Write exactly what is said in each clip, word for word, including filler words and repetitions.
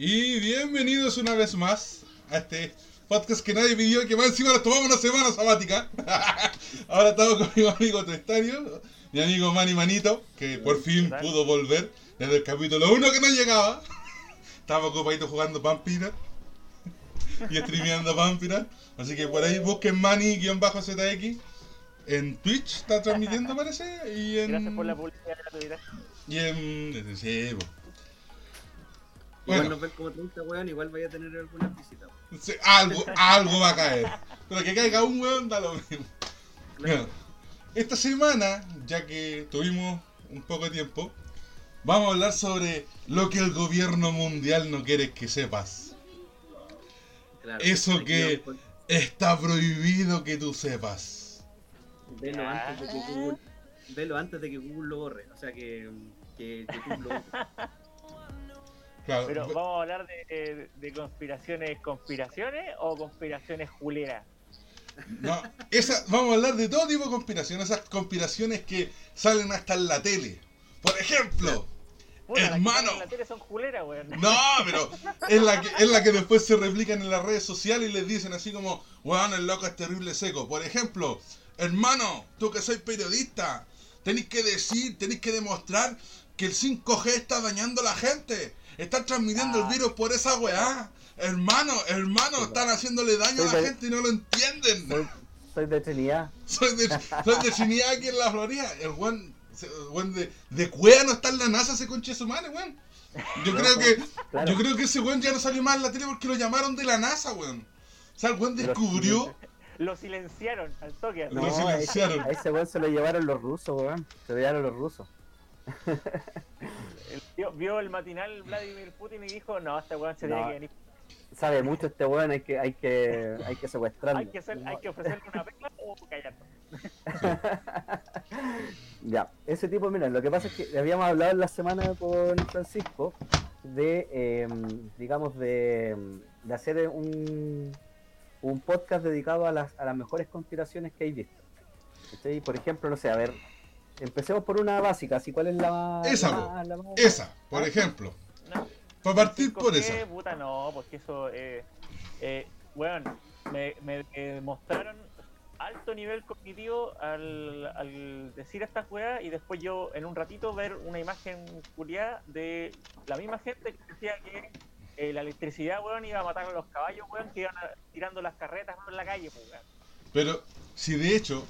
Y bienvenidos una vez más a este podcast que nadie pidió, que más encima nos tomamos una semana sabática. Ahora estamos con mi amigo Testario, mi amigo Manny Manito, que por fin pudo volver desde el capítulo uno que no llegaba. Estaba ocupadito jugando Vampira y streameando Vampira. Así que por ahí busquen Manny-Z X. En Twitch está transmitiendo, parece. Y en... Gracias por la publicidad gratuita. Y en... Sí, po. Igual bueno, nos ven como treinta weón, igual vaya a tener alguna visita. Sí, algo, algo va a caer. Pero que caiga un weón da lo mismo. Claro. Bueno, esta semana, ya que tuvimos un poco de tiempo, vamos a hablar sobre lo que el gobierno mundial no quiere que sepas. Claro, eso que está prohibido que tú sepas. Velo antes de que Google, velo antes de que Google lo borre. O sea que, que YouTube lo borre. Claro. Pero vamos a hablar de, de conspiraciones, conspiraciones o conspiraciones juleras. No, esa, vamos a hablar de todo tipo de conspiraciones, esas conspiraciones que salen hasta en la tele. Por ejemplo, bueno, hermano. En la tele son juleras, weón. No, pero es la, que, es la que después se replican en las redes sociales y les dicen así como, weón, el loco es terrible seco. Por ejemplo, hermano, tú que sois periodista, tenéis que decir, tenéis que demostrar que el cinco G está dañando a la gente. Están transmitiendo ah. el virus por esa weá. Hermano, hermano, sí, están haciéndole daño soy a la de, gente y no lo entienden. Soy, soy de Trinidad. Soy de, soy de Trinidad aquí en la Florida. El weón, weón de, de cuea no está en la NASA ese conche su madre, weón. Yo creo que claro. yo creo que ese weón ya no salió más en la tele porque lo llamaron de la NASA, weón. O sea, el weón descubrió. Lo silenciaron al toque. No, lo silenciaron. A ese, ese weón se lo llevaron los rusos, weón. Se lo llevaron los rusos. El tío vio el matinal Vladimir Putin y dijo, no, este weón se no. tiene que venir. Sabe mucho este weón, hay que, hay que, hay que secuestrarlo. Hay que, hacer, no. hay que ofrecerle una pegla o callarlo. Ya, ese tipo, mira, lo que pasa es que habíamos hablado en la semana con Francisco de, eh, digamos, de, de hacer un, un podcast dedicado a las, a las mejores conspiraciones que hay visto. ¿Sí? Por ejemplo, no sé, a ver, empecemos por una básica, así cuál es la más... Esa, la más, la más... esa, por ejemplo. No. Para partir por esa. Puta, no, porque eso, eh, eh, bueno, me, me eh, mostraron alto nivel cognitivo al, al decir estas weas y después yo en un ratito ver una imagen culiada de la misma gente que decía que eh, la electricidad, weón, iba a matar a los caballos, weón, que iban a, tirando las carretas por la calle, weón. Pero, si de hecho...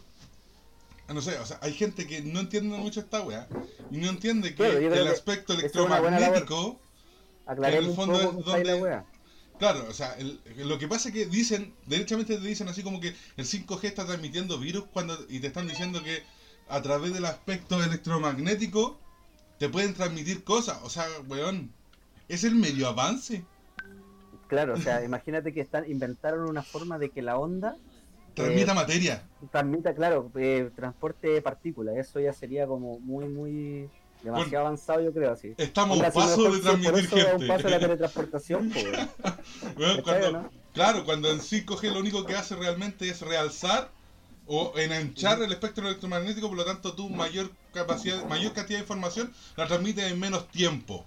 No sé, o sea, hay gente que no entiende mucho esta wea y no entiende que claro, el aspecto electromagnético en el fondo es donde... la wea. Claro, o sea, el, lo que pasa es que dicen, derechamente te dicen así como que el cinco G está transmitiendo virus cuando y te están diciendo que a través del aspecto electromagnético te pueden transmitir cosas, o sea, weón, es el medio avance. Claro, o sea, imagínate que están inventaron una forma de que la onda transmita eh, materia. Transmita, claro, eh, transporte de partículas. Eso ya sería como muy, muy... demasiado bueno, avanzado, yo creo, así. Estamos a un paso de transmitir eso gente. un paso de la teletransportación, pues. Bueno, cuando, ¿no? Claro, cuando en cinco G lo único que hace realmente es realzar o enanchar uh-huh. el espectro electromagnético, por lo tanto tú mayor capacidad, mayor cantidad de información la transmites en menos tiempo.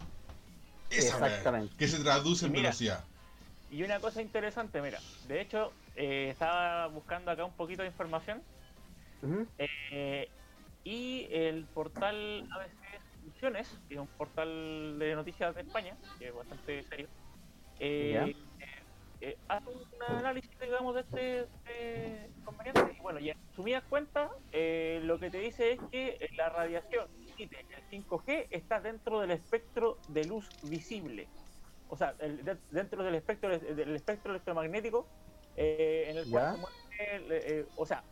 Esa exactamente. Vez, que se traduce en mira, velocidad. Y una cosa interesante, mira, de hecho, eh, estaba buscando acá un poquito de información uh-huh. eh, y el portal A B C Soluciones, que es un portal de noticias de España, que es bastante serio, eh, yeah. eh, eh, hace un análisis, digamos, de este eh, inconveniente y bueno, y en sumidas cuentas, eh, lo que te dice es que la radiación el cinco G está dentro del espectro de luz visible. O sea, el, de, dentro del espectro del espectro electromagnético eh, en el cual se mueve, eh, o sea,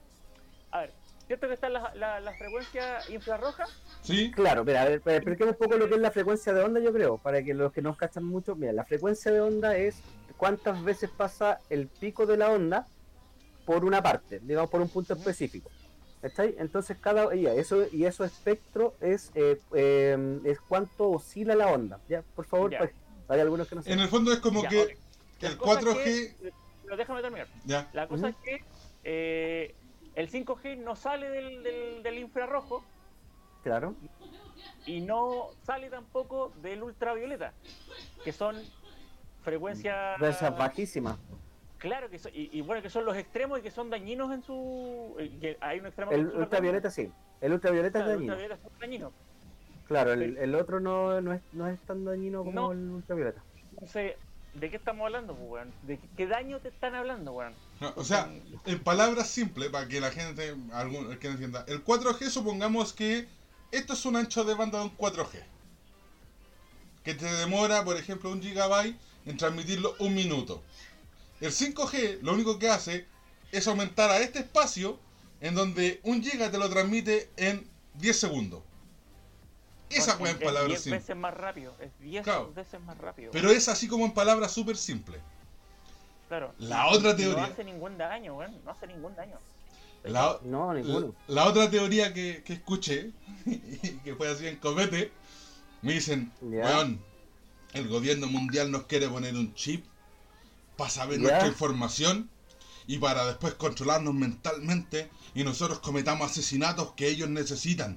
a ver, ¿cierto que está la, la, la frecuencia infrarroja? Sí. Claro, mira, a ver, expliquemos un poco lo que es la frecuencia de onda, yo creo, para que los que no cachan mucho, mira, la frecuencia de onda es cuántas veces pasa el pico de la onda por una parte, digamos por un punto específico. ¿Está ahí? Entonces cada y eso y eso espectro es eh, eh, es cuánto oscila la onda. Ya, por favor, ya. Pues, hay algunos que no saben. En el fondo es como ya, que okay. el cuatro G... Que, pero déjame terminar. Ya. La cosa uh-huh. es que eh, el cinco G no sale del, del, del infrarrojo. Claro. Y no sale tampoco del ultravioleta, que son frecuencias... Frecuencias bajísimas. Claro, que son, y, y bueno, que son los extremos y que son dañinos en su... Que hay un extremo... El ultravioleta sí, el ultravioleta claro, es dañino. El ultravioleta es dañino. Claro, el, el otro no, no, es, no es tan dañino como no. el ultravioleta. Entonces, ¿de qué estamos hablando, pues, weón? ¿De qué, qué daño te están hablando, weón? No, o sea, en palabras simples, para que la gente, algún, el que no entienda, el cuatro G, supongamos que esto es un ancho de banda de un cuatro G. Que te demora, por ejemplo, un gigabyte en transmitirlo un minuto. El cinco G lo único que hace es aumentar a este espacio en donde un giga te lo transmite en diez segundos. Esa fue en palabras simples. Es diez simples. veces más rápido, es diez claro. veces más rápido. Pero es así como en palabras súper simples. Claro. La otra teoría... No hace ningún daño, weón, no hace ningún daño. La, no, ninguno. La, la otra teoría que, que escuché, que fue así en copete, me dicen, yeah. weón, el gobierno mundial nos quiere poner un chip para saber yeah. nuestra información y para después controlarnos mentalmente y nosotros cometamos asesinatos que ellos necesitan.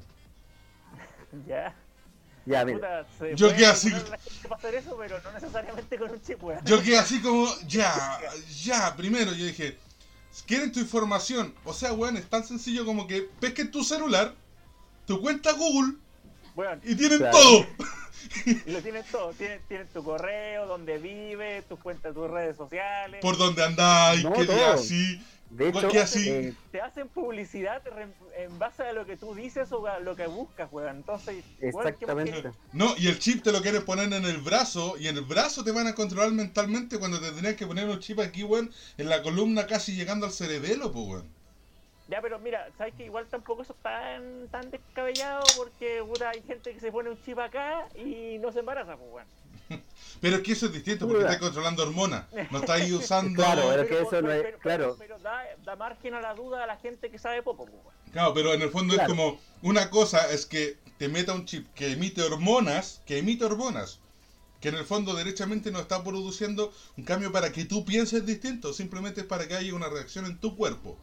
Ya. Ya, mira. Puta, yo quedé así. Para hacer eso, pero no necesariamente con un chip, weón. Yo quedé así como, ya, ya, primero yo dije, quieren tu información. O sea, weón, es tan sencillo como que pesquen tu celular, tu cuenta Google, bueno, y tienen claro. todo. Y lo tienen todo, tienen, tienen tu correo, donde vives, tus cuentas, tus redes sociales. Por donde andáis, no, qué día así. De hecho, ¿qué así? Eh, te hacen publicidad en base a lo que tú dices o a lo que buscas, weón. Entonces, exactamente. Weón, no, y el chip te lo quieres poner en el brazo, y en el brazo te van a controlar mentalmente cuando te tendrías que poner un chip aquí, weón, en la columna casi llegando al cerebelo, pues, weón. Ya, pero mira, sabes que igual tampoco eso es tan, tan descabellado porque puta, hay gente que se pone un chip acá y no se embaraza, pues, weón. Pero es que eso es distinto porque estás controlando hormonas, no estás usando... Claro, pero es que pero, eso no es... pero, claro. pero, pero da, da margen a la duda a la gente que sabe poco, pues, weón. Claro, pero en el fondo claro. es como, una cosa es que te meta un chip que emite hormonas, que emite hormonas, que en el fondo derechamente no está produciendo un cambio para que tú pienses distinto, simplemente es para que haya una reacción en tu cuerpo.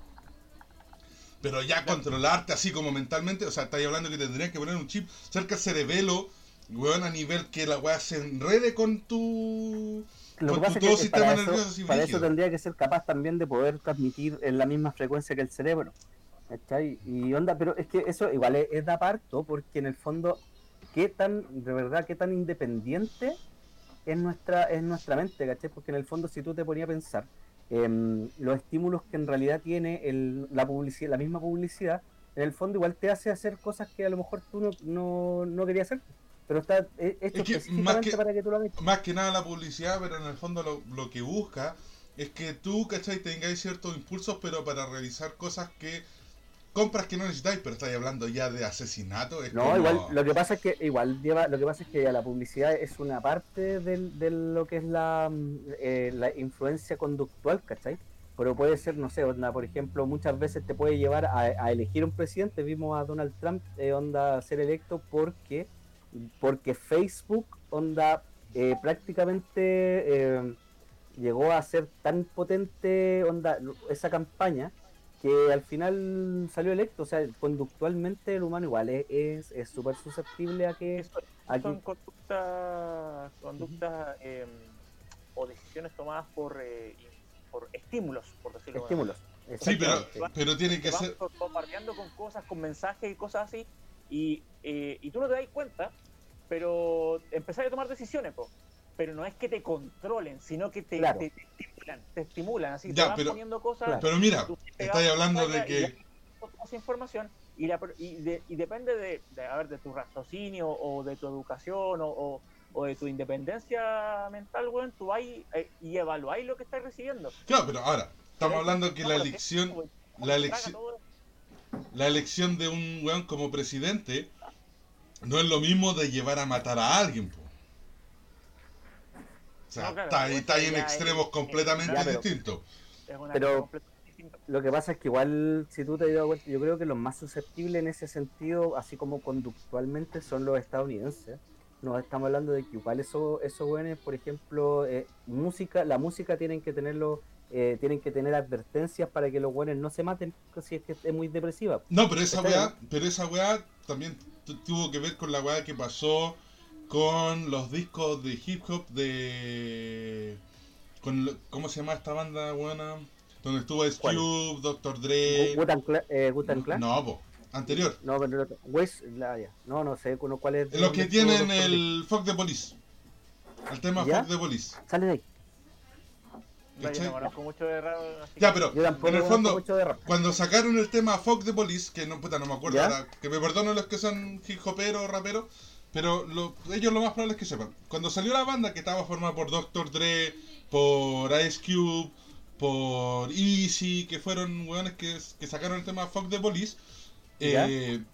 Pero ya controlarte así como mentalmente, o sea, estáis hablando que te tendrías que poner un chip cerca del cerebelo, weón, a nivel que la weá se enrede con tu... Lo con que tu pasa todo es que sistema para, nervioso eso, así para eso brígido. tendría que ser capaz también de poder transmitir en la misma frecuencia que el cerebro. ¿Cachai? Y onda, pero es que eso igual es, es da parto, porque en el fondo, qué tan, de verdad, qué tan independiente es nuestra, es nuestra mente, ¿cachai? Porque en el fondo, si tú te ponías a pensar, eh, los estímulos que en realidad tiene el, la publicidad, la misma publicidad, en el fondo igual te hace hacer cosas que a lo mejor tú no, no, no querías hacer, pero está hecho Es que específicamente más que- para que tú lo hagas. Más que nada la publicidad, pero en el fondo lo, lo que busca es que tú, ¿cachai? Tengáis ciertos impulsos, pero para realizar cosas que... compras que no necesitáis, pero estáis hablando ya de asesinato. Es No, como... igual, lo que pasa es que igual lleva, lo que pasa es que la publicidad es una parte del- de lo que es la, mm, eh, la influencia conductual, ¿cachai? Pero puede ser, no sé, onda, por ejemplo, muchas veces te puede llevar a, a elegir un presidente. Vimos a Donald Trump, eh, onda, ser electo porque, porque Facebook, onda, eh, prácticamente eh, llegó a ser tan potente, onda, esa campaña, que al final salió electo. O sea, conductualmente el humano igual es es es súper susceptible a que Eso- a son que- conductas conductas eh, o decisiones tomadas por eh, por estímulos, por decirlo de alguna estímulos. Sí, pero, Exactamente. pero tiene te que van ser... bombardeando con cosas, con mensajes y cosas así, y, eh, y tú no te das cuenta, pero empezás a tomar decisiones, po. Pero no es que te controlen, sino que te, Claro. te- te estimulan, te estimulan, así Ya, te van pero- poniendo cosas. Claro. Pero mira, tú te estáis vas hablando de y que... ya esa información y, la, y, de- y depende de, de, a ver, de tu raciocinio o de tu educación o, o, o de tu independencia mental, weón, tú vas y, eh, y evaluáis lo que estás recibiendo. Claro, pero ahora, estamos Pero- hablando que no, la pero elección... weón, la traga elección- todo. La elección de un weón como presidente no es lo mismo de llevar a matar a alguien, po. O sea, No, claro, está, ahí- eso está ahí en ya extremos es- completamente Ya, pero- distintos. Es una Pero- cosa completamente distinta. Lo que pasa es que igual, si tú te has dado cuenta, yo creo que los más susceptibles en ese sentido, así como conductualmente, son los estadounidenses. Nos estamos hablando de que igual esos esos buenos, por ejemplo, eh, música, la música tienen que tenerlo, eh, tienen que tener advertencias para que los buenos no se maten si es que es muy depresiva. No, pero esa Está weá, bien. pero esa weá también tu- tuvo que ver con la weá que pasó con los discos de hip hop de... Con lo- ¿Cómo se llama esta banda buena? Donde estuvo Ice ¿Cuál? Cube, doctor Dre... Wu-Tang Clan. Eh, Wu-Tang Clan. No, po, anterior. No, pero el otro- West, la, ya. No, no sé cuál cuál es. de Los dónde que estuvo tienen Doctor Dre. el Fuck the Police. El tema ¿Ya? Fuck the Police. Sale de ahí. No, yo ¿Cachai? no conozco mucho de rap, así Ya, que- pero Yo tampoco en el conozco fondo, mucho de rap. cuando sacaron el tema Fuck the Police, que no, puta, no me acuerdo ¿Ya? ahora, que me perdonen los que son hip hoperos o raperos, pero lo- ellos lo más probable es que sepan. Cuando salió la banda, que estaba formada por doctor Dre, por Ice Cube, por Easy, que fueron weones que, que sacaron el tema Fuck the Police, ¿Ya? eh,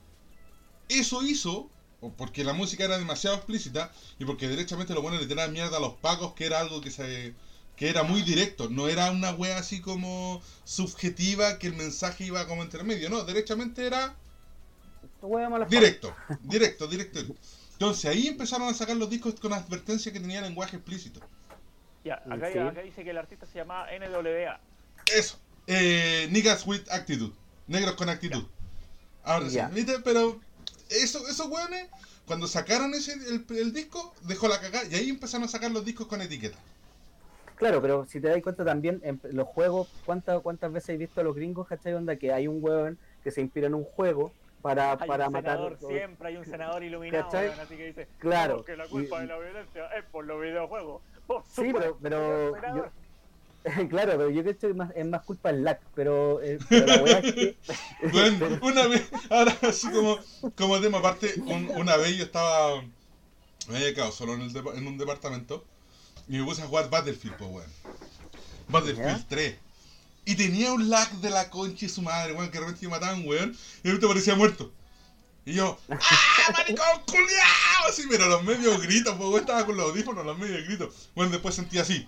eso hizo, o porque la música era demasiado explícita, y porque derechamente los buenos le tiraban mierda a los pacos, que era algo que se... que era muy directo, no era una wea así como subjetiva que el mensaje iba como intermedio, no, derechamente era Hueá mala fama. directo, directo, directo. Entonces ahí empezaron a sacar los discos con advertencia que tenía lenguaje explícito. Ya, acá, Sí. acá dice que el artista se llama N W A. Eso, eh, niggas with attitude, negros con actitud. Ahora sí, Ya. ¿viste? Pero eso, esos weones, cuando sacaron ese el, el disco, dejó la cagada y ahí empezaron a sacar los discos con etiqueta. Claro, pero si te das cuenta también en los juegos, ¿cuántas cuántas veces he visto a los gringos, cachai? Onda que hay un hueón que se inspira en un juego para, Hay para un matar. senador, siempre hay un senador iluminado, ¿Cachai? weón, así que dice, Claro. "No, que la culpa Y- de la violencia es por los videojuegos. Por Sí, pero, supuesto, pero señor senador". claro, pero yo creo que es más, es más culpa del lag, pero, eh, pero la weá es que Bueno, una vez, ahora así como, como tema aparte, un- una vez yo estaba, me había quedado solo en, el depa- en un departamento y me puse a jugar Battlefield, pues weón. Battlefield ¿Ya? tres. Y tenía un lag de la concha y su madre, weón, que de repente me mataban, weón, y de repente parecía muerto. Y yo, ¡ah, maricón, culiao! Así, pero los medios gritos, pues weón, estaba con los audífonos, los medios gritos. Bueno, después sentí así.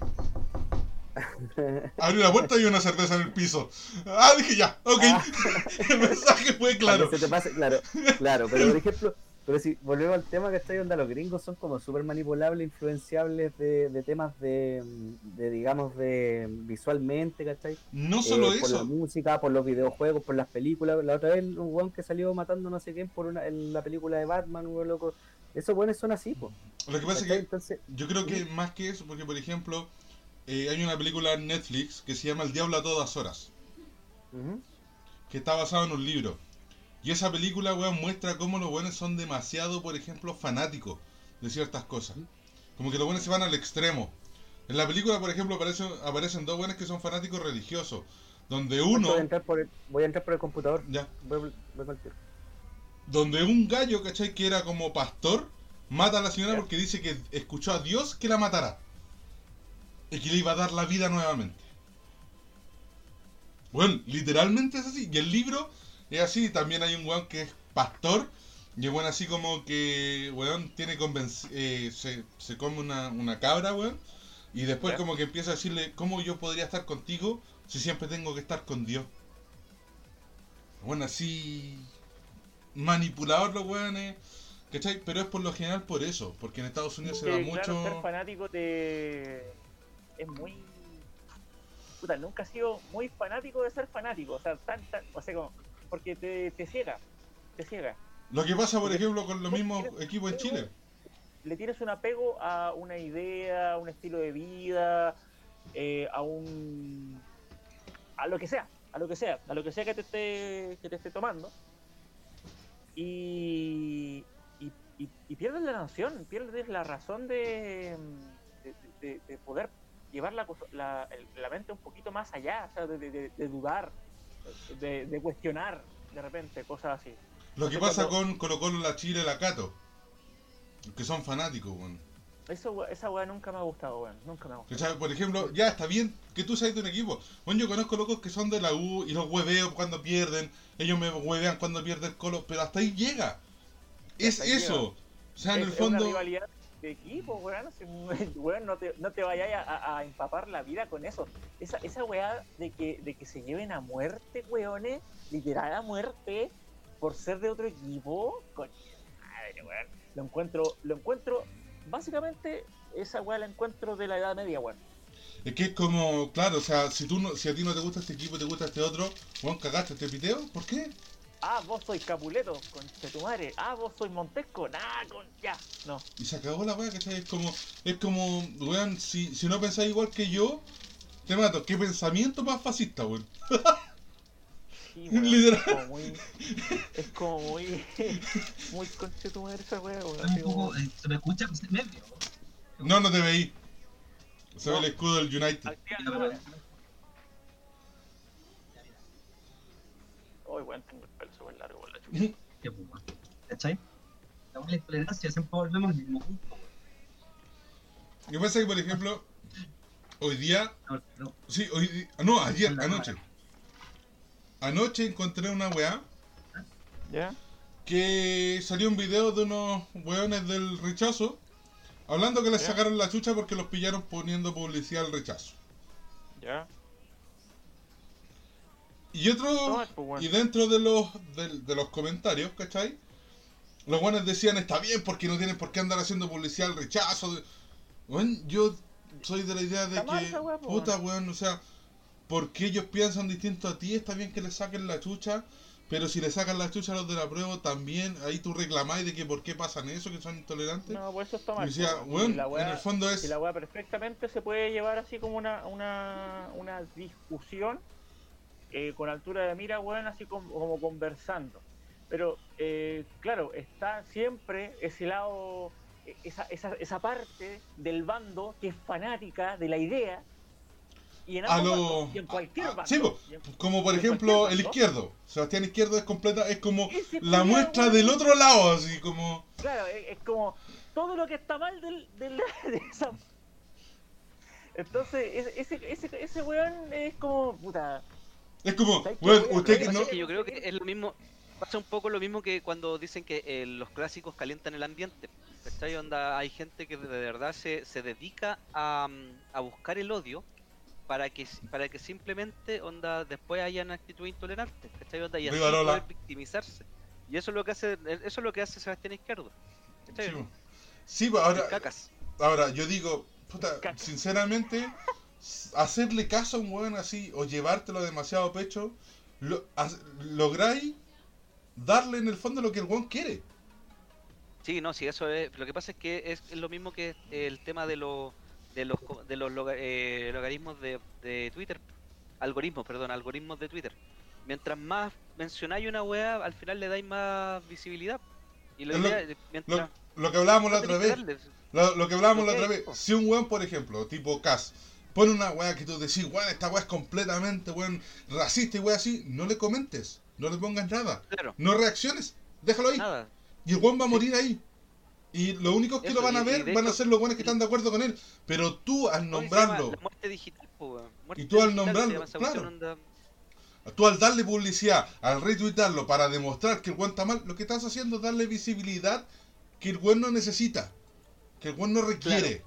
Abrí la puerta y una cerveza en el piso. Ah, dije ya, ok. Ah. El mensaje fue claro. Cuando se te pase, claro, claro, pero por ejemplo, pero si volvemos al tema que está onda, los gringos son como súper manipulables, influenciables de, de temas de, de, digamos, de visualmente, ¿cachai? No solo Eh, por la eso. música, por los videojuegos, por las películas. La otra vez un weón que salió matando no sé quién por una, en la película de Batman, un weón loco. Esos weones son así, pues. Lo que pasa es ¿cachai? que Entonces, yo creo que más que eso, porque por ejemplo, eh, hay una película en Netflix que se llama El Diablo a todas horas, ujú, que está basado en un libro. Y esa película, weón, muestra cómo los buenos son demasiado, por ejemplo, fanáticos de ciertas cosas. Como que los buenos se van al extremo. En la película, por ejemplo, aparecen, aparecen dos buenos que son fanáticos religiosos. Donde uno... voy a entrar por el, voy a entrar por el computador. Ya. Voy, voy con el tiro. Donde un gallo, ¿cachai? Que era como pastor, mata a la señora Ya. porque dice que escuchó a Dios que la matará. Y que le iba a dar la vida nuevamente. Bueno, literalmente es así. Y el libro es así. También hay un weón que es pastor. Y es bueno así como que, weón, tiene convenci- eh, se, se come una, una cabra, weón. Y después Ya. como que empieza a decirle, ¿cómo yo podría estar contigo si siempre tengo que estar con Dios? Bueno, así... manipulador los weones, ¿cachai? Pero es por lo general por eso, porque en Estados Unidos se da Que, claro, mucho... ser fanático te... es muy... Puta, nunca he sido muy fanático de ser fanático, o sea, tan, tan, o sea, como, porque te, te ciega, te ciega. Lo que pasa, por ejemplo, con los mismos equipos en Chile. Le tienes un apego a una idea, a un estilo de vida, eh, a un... a lo que sea, a lo que sea, a lo que sea que te esté, que te esté tomando. Y, y, y, y pierdes la noción, pierdes la razón de, de, de- de poder llevar la, cosa- la, el- la mente un poquito más allá, o sea, de, de- de dudar, de, de cuestionar de repente, cosas así. Lo que Entonces, pasa cuando- con Colo Colo, la Chile, la Cato. Que son fanáticos, weón. Eso, we- esa weá nunca me ha gustado, weón, nunca me ha gustado. ¿Cachai? Por ejemplo, ya está bien que tú seas de un equipo. Bueno, yo conozco locos que son de la U y los hueveo cuando pierden. Ellos me huevean cuando pierde el Colo, pero hasta ahí llega. Es Hasta ahí eso. llega. O sea, en Es- el es una fondo... rivalidad de equipo, weón. Si, weón, no te, no te vayas a, a- a empapar la vida con eso. Esa, esa weá de que, de que se lleven a muerte, weones, literal a muerte, por ser de otro equipo, coño, madre, weón. Lo encuentro, lo encuentro, básicamente, esa weá la encuentro de la Edad Media, weón. Es que es como, claro, o sea, si tú no, si a ti no te gusta este equipo, te gusta este otro, weón, cagaste este piteo, ¿por qué? Ah, vos sois Capuleto, conche tu madre. Ah, vos sois Montesco. Nah, con... ya, no. Y se acabó la weá, ¿cachai? Es como, es como, weón, si, si no pensáis igual que yo, te mato. ¿Qué pensamiento más fascista, weón? Sí, weón, Literal. es como muy... Es como muy... muy conche tu madre esa wea, weón. Es así un poco, como- eh, se me escucha pues, medio. No, no te veí. Se ve No. el escudo del United. Activa la Pero- cámara. Uy, weón, tengo el pelo súper largo por la chucha. Qué puta. ¿Cachai? La buena intolerancia siempre volvemos al mismo punto. Lo que pasa es que, por ejemplo, hoy día, No, no, sí, hoy di- no, ayer, Con la anoche. Anoche encontré una weá ¿Ya? que salió un video de unos weones del rechazo hablando que les Ya. sacaron la chucha porque los pillaron poniendo publicidad al rechazo. ¿Ya? Y otro, Toma, pues, weón. y dentro de los de, de los comentarios, ¿cachai? Los buenos decían, está bien porque no tienen por qué andar haciendo publicidad al rechazo. Bueno, yo soy de la idea de Está mal que, esa weá, po, puta weón, o sea, porque ellos piensan distinto a ti, está bien que les saquen la chucha, pero si le sacan la chucha a los de la prueba, también ahí tú reclamás de que por qué pasan eso, que son intolerantes. No, pues eso está y mal. decía, po, weón, y la weá- en el fondo es... Y la weá perfectamente se puede llevar así como una, una, una discusión eh, con altura de mira, weón, así como, como conversando. Pero, eh, claro, está siempre ese lado, eh, esa, esa, esa parte del bando que es fanática de la idea. Y en A ambos lo... bandos, y en cualquier a- a- bando. sí, po, y en- como por y en ejemplo cualquier el bando. izquierdo. Sebastián Izquierdo es completa, es como Ese la culiao, muestra weón. del otro lado, así como... Claro, es, es como todo lo que está mal del, del, de esa... Entonces, ese, ese, ese, ese weón es como, puta... Es como, ¿Sabes qué? weón, Voy a- usted voy que a no... hacer- que yo creo que es lo mismo, pasa un poco lo mismo que cuando dicen que eh, los clásicos calientan el ambiente. ¿Cachai? Onda, hay gente que de verdad se, se dedica a, mm, a buscar el odio para que para que simplemente onda después hayan actitudes intolerantes, ¿cachai? Onda, y así Viva Lola. poder victimizarse. Y eso es lo que hace, eso es lo que hace Sebastián Izquierdo. ¿Cachai? Sí, po. Sí, po, ahora, Cacas. ahora, yo digo, puta, Caca. sinceramente, hacerle caso a un weón así o llevártelo demasiado a pecho, lo, as- lográis darle en el fondo lo que el weón quiere. Sí, no, sí, eso es. Lo que pasa es que es, es lo mismo que el tema de los de los co- de los loga- eh, logaritmos de, de Twitter, algoritmos, perdón, algoritmos de Twitter. Mientras más mencionáis una weá, al final le dais más visibilidad. Y la Es lo- idea, es- mientras Lo, lo que hablábamos la no otra tenéis que vez, darle- lo, lo que hablábamos la Ok, otra vez, po. si un weón, por ejemplo, tipo Cas, pone una weá que tú decís, weón, esta weá es completamente, weón, racista y weá así, no le comentes, no le pongas nada, Claro, no reacciones, déjalo ahí. nada. Y el weón va a morir ahí. Y los únicos que Eso, lo van a y- y ver de van a hecho- ser los buenos que están de acuerdo con él. Pero tú al ¿Cómo se llama? nombrarlo, La muerte digital, po, weón. Muerte Y tú al digital se nombrarlo, llama esa claro. cuestión, onda- tú al darle publicidad, al retuitarlo para demostrar que el weón está mal, lo que estás haciendo es darle visibilidad que el weón no necesita, que el weón no requiere.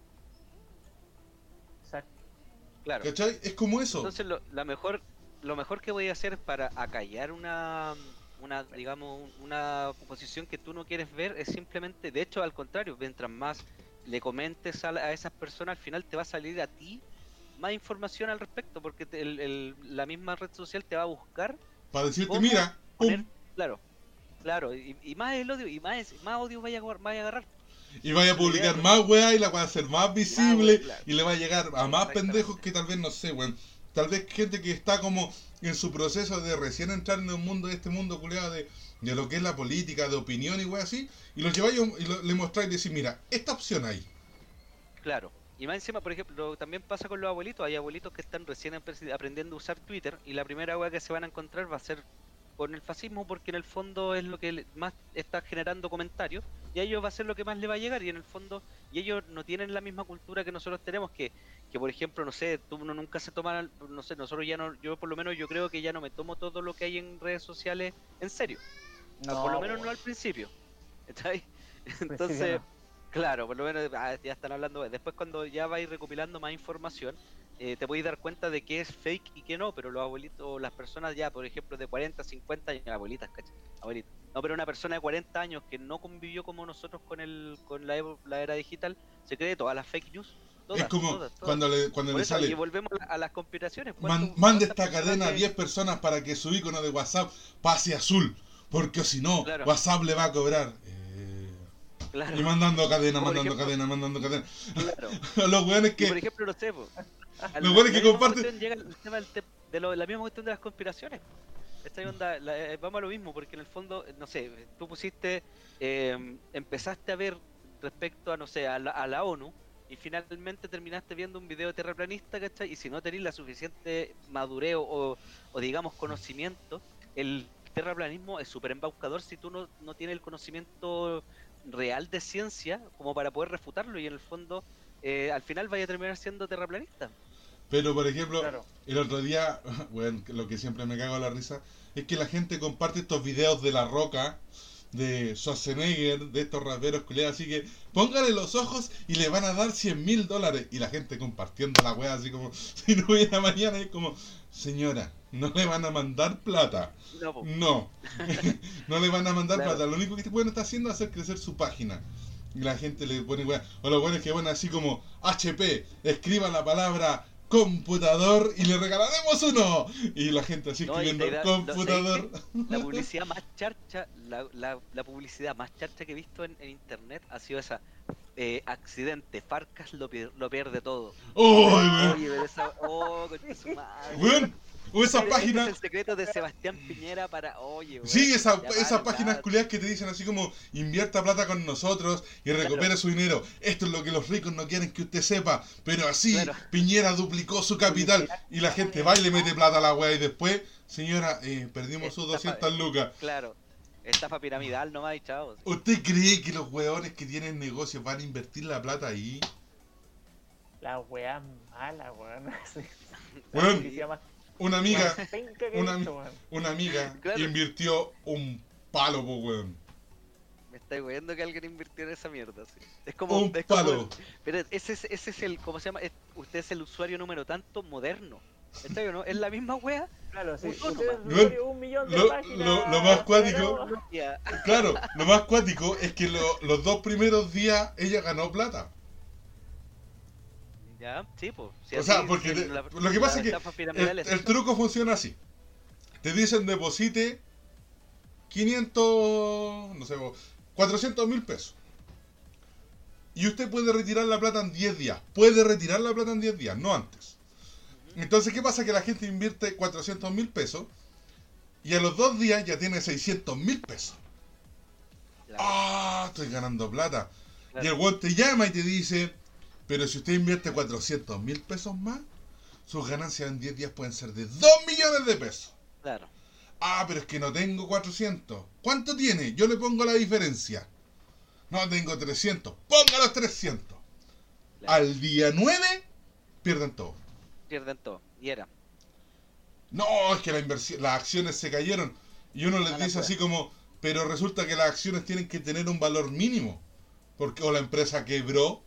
Exacto. Claro. ¿Cachai? Es como eso. Entonces lo, la mejor, lo mejor que voy a hacer para acallar una, una, digamos, una posición que tú no quieres ver es simplemente, de hecho, al contrario, mientras más le comentes a, la- a esas personas, al final te va a salir a ti más información al respecto, porque te- el- el- la misma red social te va a buscar Para decirte, ¿cómo mira, poner, pum, claro, claro, y, y más el odio, y más, más odio vaya a, agar- vaya a agarrar. y vaya a publicar Claro. más weá y la va a hacer más visible claro. y le va a llegar a más Exactamente. pendejos que tal vez no sé, weón. Tal vez gente que está como en su proceso de recién entrar en un mundo, este mundo culiado de, de lo que es la política, de opinión y weá así, y los lleváis y lo- le mostráis y decís, mira, esta opción hay. Claro. Y más encima, por ejemplo, también pasa con los abuelitos. Hay abuelitos que están recién empe- aprendiendo a usar Twitter y la primera wea que se van a encontrar va a ser con el fascismo, porque en el fondo es lo que le- más está generando comentarios y a ellos va a ser lo que más le va a llegar, y en el fondo y ellos no tienen la misma cultura que nosotros tenemos, que que por ejemplo, no sé, tú uno nunca se toma, no sé, nosotros ya no, yo por lo menos yo creo que ya no me tomo todo lo que hay en redes sociales en serio. Ah, por lo menos no al principio. ¿Está ahí? Entonces, no. claro, por lo menos ah, ya están hablando. Después, cuando ya vais recopilando más información, eh, te podéis dar cuenta de qué es fake y qué no. Pero los abuelitos, las personas ya, por ejemplo, de cuarenta, cincuenta años, abuelitas, ¿cachai? Abuelitas. No, pero una persona de cuarenta años que no convivió como nosotros con el con la, evo- la era digital, se cree todas las fake news. Todas, es como todas, todas. cuando le, cuando Por le eso, sale, y volvemos a las conspiraciones. man- ¿Cuánto- mande cuántas esta cadena a personas diez personas para que su icono de WhatsApp pase azul, porque si no, Claro. WhatsApp le va a cobrar. Eh, que- Claro, Y mandando cadena, Por mandando ejemplo- cadena, mandando cadena. claro. Los weones Y que... por ejemplo, no sé, po, a Lo la- bueno es la que misma comparten- cuestión llega el tema del te- de lo- la misma cuestión de las conspiraciones. Esta onda, la- eh, vamos a lo mismo, porque en el fondo, eh, no sé, tú pusiste, eh, empezaste a ver respecto a, no sé, a la, a la ONU, y finalmente terminaste viendo un video terraplanista, ¿cachai? Y si no tenés la suficiente madurez o, o digamos conocimiento, el terraplanismo es súper embaucador si tú no, no tienes el conocimiento real de ciencia como para poder refutarlo, y en el fondo eh, al final vaya a terminar siendo terraplanista. Pero, por ejemplo, Claro. el otro día, bueno, lo que siempre me cago en la risa, es que la gente comparte estos videos de La Roca, de Schwarzenegger, de estos raperos culiados, así que póngale los ojos y le van a dar cien mil dólares. Y la gente compartiendo la wea así como, si no hubiera mañana, es como, señora, no le van a mandar plata. No, po. No, no le van a mandar Claro. plata. Lo único que este weón está haciendo es hacer crecer su página. Y la gente le pone weá. O los weones que van así como H P, escriba la palabra computador y le regalaremos uno. Y la gente así No, y escribiendo te da- computador. no, La publicidad más charcha, la, la, la publicidad más charcha que he visto en, en internet ha sido esa. Eh, accidente, Farcas lo, pier- lo pierde todo. ¡Oh, weón! Oye, pero esa. Oh, concha su madre. Weón, o esa Este página. es el secreto de Sebastián Piñera para. Oye, weón, Sí, esa, ya esas para, páginas ya. culiadas que te dicen así como invierta plata con nosotros y recupere Claro. su dinero. Esto es lo que los ricos no quieren que usted sepa. Pero así Claro. Piñera duplicó su capital y la gente va y le mete plata a la wea y después, señora, eh, perdimos sus Estafa- doscientas lucas. Claro, estafa piramidal nomás y chao. ¿Usted cree que los weones que tienen negocios van a invertir la plata ahí? La weá mala, weón. Sí. Weón, La publicidad más una amiga, penca que he una- visto, weón. una amiga Claro. invirtió un palo, po, weón. Me estáis viendo que alguien invirtió en esa mierda. Sí. Es como. Un es como palo. el- pero ese es, ese es el. ¿Cómo se llama? Es- usted es el usuario número tanto moderno. ¿Está bien, no? Es la misma wea. Claro, sí. Autónoma. Ustedes Weón, usuario, un millón de lo- páginas. lo- lo más cuático- ganamos. Ya. Claro, lo más cuático es que lo- los dos primeros días ella ganó plata. Ya, sí, pues. O sea, porque te- lo que pasa es que El, el truco funciona así. Te dicen deposite quinientos, no sé, cuatrocientos mil pesos. Y usted puede retirar la plata en diez días. Puede retirar la plata en diez días, no antes. Entonces, ¿qué pasa? Que la gente invierte cuatrocientos mil pesos y a los dos días ya tiene seiscientos mil pesos. ¡Ah! Estoy ganando plata. Y el weón te llama y te dice, pero si usted invierte cuatrocientos mil pesos más, sus ganancias en diez días pueden ser de dos millones de pesos. Claro. Ah, pero es que no tengo cuatrocientos. ¿Cuánto tiene? Yo le pongo la diferencia. No, tengo trescientos. Ponga los trescientos. Claro. Al día nueve, pierden todo. Pierden todo. Y era. No, es que la inversión, las acciones se cayeron. Y uno les Mala dice wea. así como, pero resulta que las acciones tienen que tener un valor mínimo. Porque o la empresa quebró.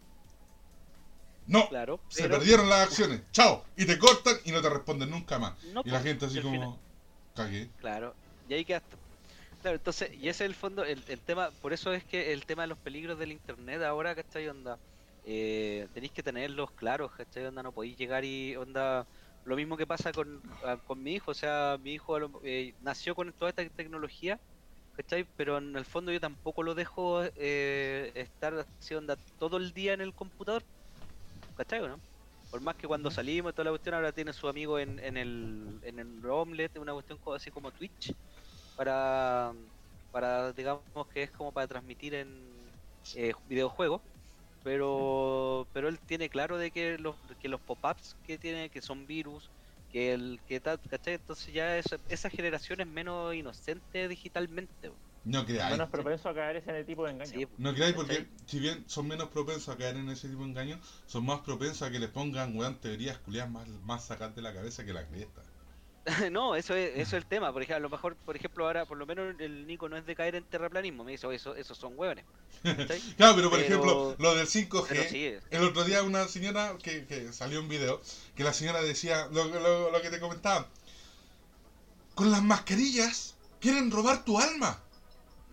No, Claro. se pero- perdieron las acciones. Chao. Y te cortan y no te responden nunca más. No, Y la pues, gente así al como, final- cagué. Claro, y ahí quedaste. Claro, entonces, y ese es el fondo, el, el tema, por eso es que el tema de los peligros del internet ahora, ¿cachai? Onda, eh, tenéis que tenerlos claros, ¿cachai? Onda, no podéis llegar y, onda, lo mismo que pasa con, ah, con mi hijo, o sea, mi hijo a lo- eh, nació con toda esta tecnología, ¿cachai? Pero en el fondo yo tampoco lo dejo eh, estar así, onda, todo el día en el computador, ¿cachai o no? Por más que cuando salimos y toda la cuestión, ahora tiene su amigo en, en el en el Omelette, una cuestión co- así como Twitch, para, para digamos que es como para transmitir en eh, videojuegos, pero pero él tiene claro de que los que los pop-ups que tiene, que son virus, que el que tal, ¿cachai? Entonces ya esa, esa generación es menos inocente digitalmente. No creáis. Menos propenso a caer ese tipo de engaño. Sí, No creáis porque, ¿cachai? si bien son menos propensos a caer en ese tipo de engaños, son más propensos a que les pongan, weón, teorías culiadas más, más sacadas de la cabeza que la cresta. No, eso es, eso es el tema. Por ejemplo, a lo mejor, por ejemplo, ahora por lo menos el Nico no es de caer en terraplanismo. Me dice, "Oye, eso, esos son hueones". ¿Cachai? Claro, pero por Pero- ejemplo, lo del cinco G, Pero sí, es- el otro día una señora que, que salió un video, que la señora decía, lo, lo, lo que te comentaba, con las mascarillas quieren robar tu alma.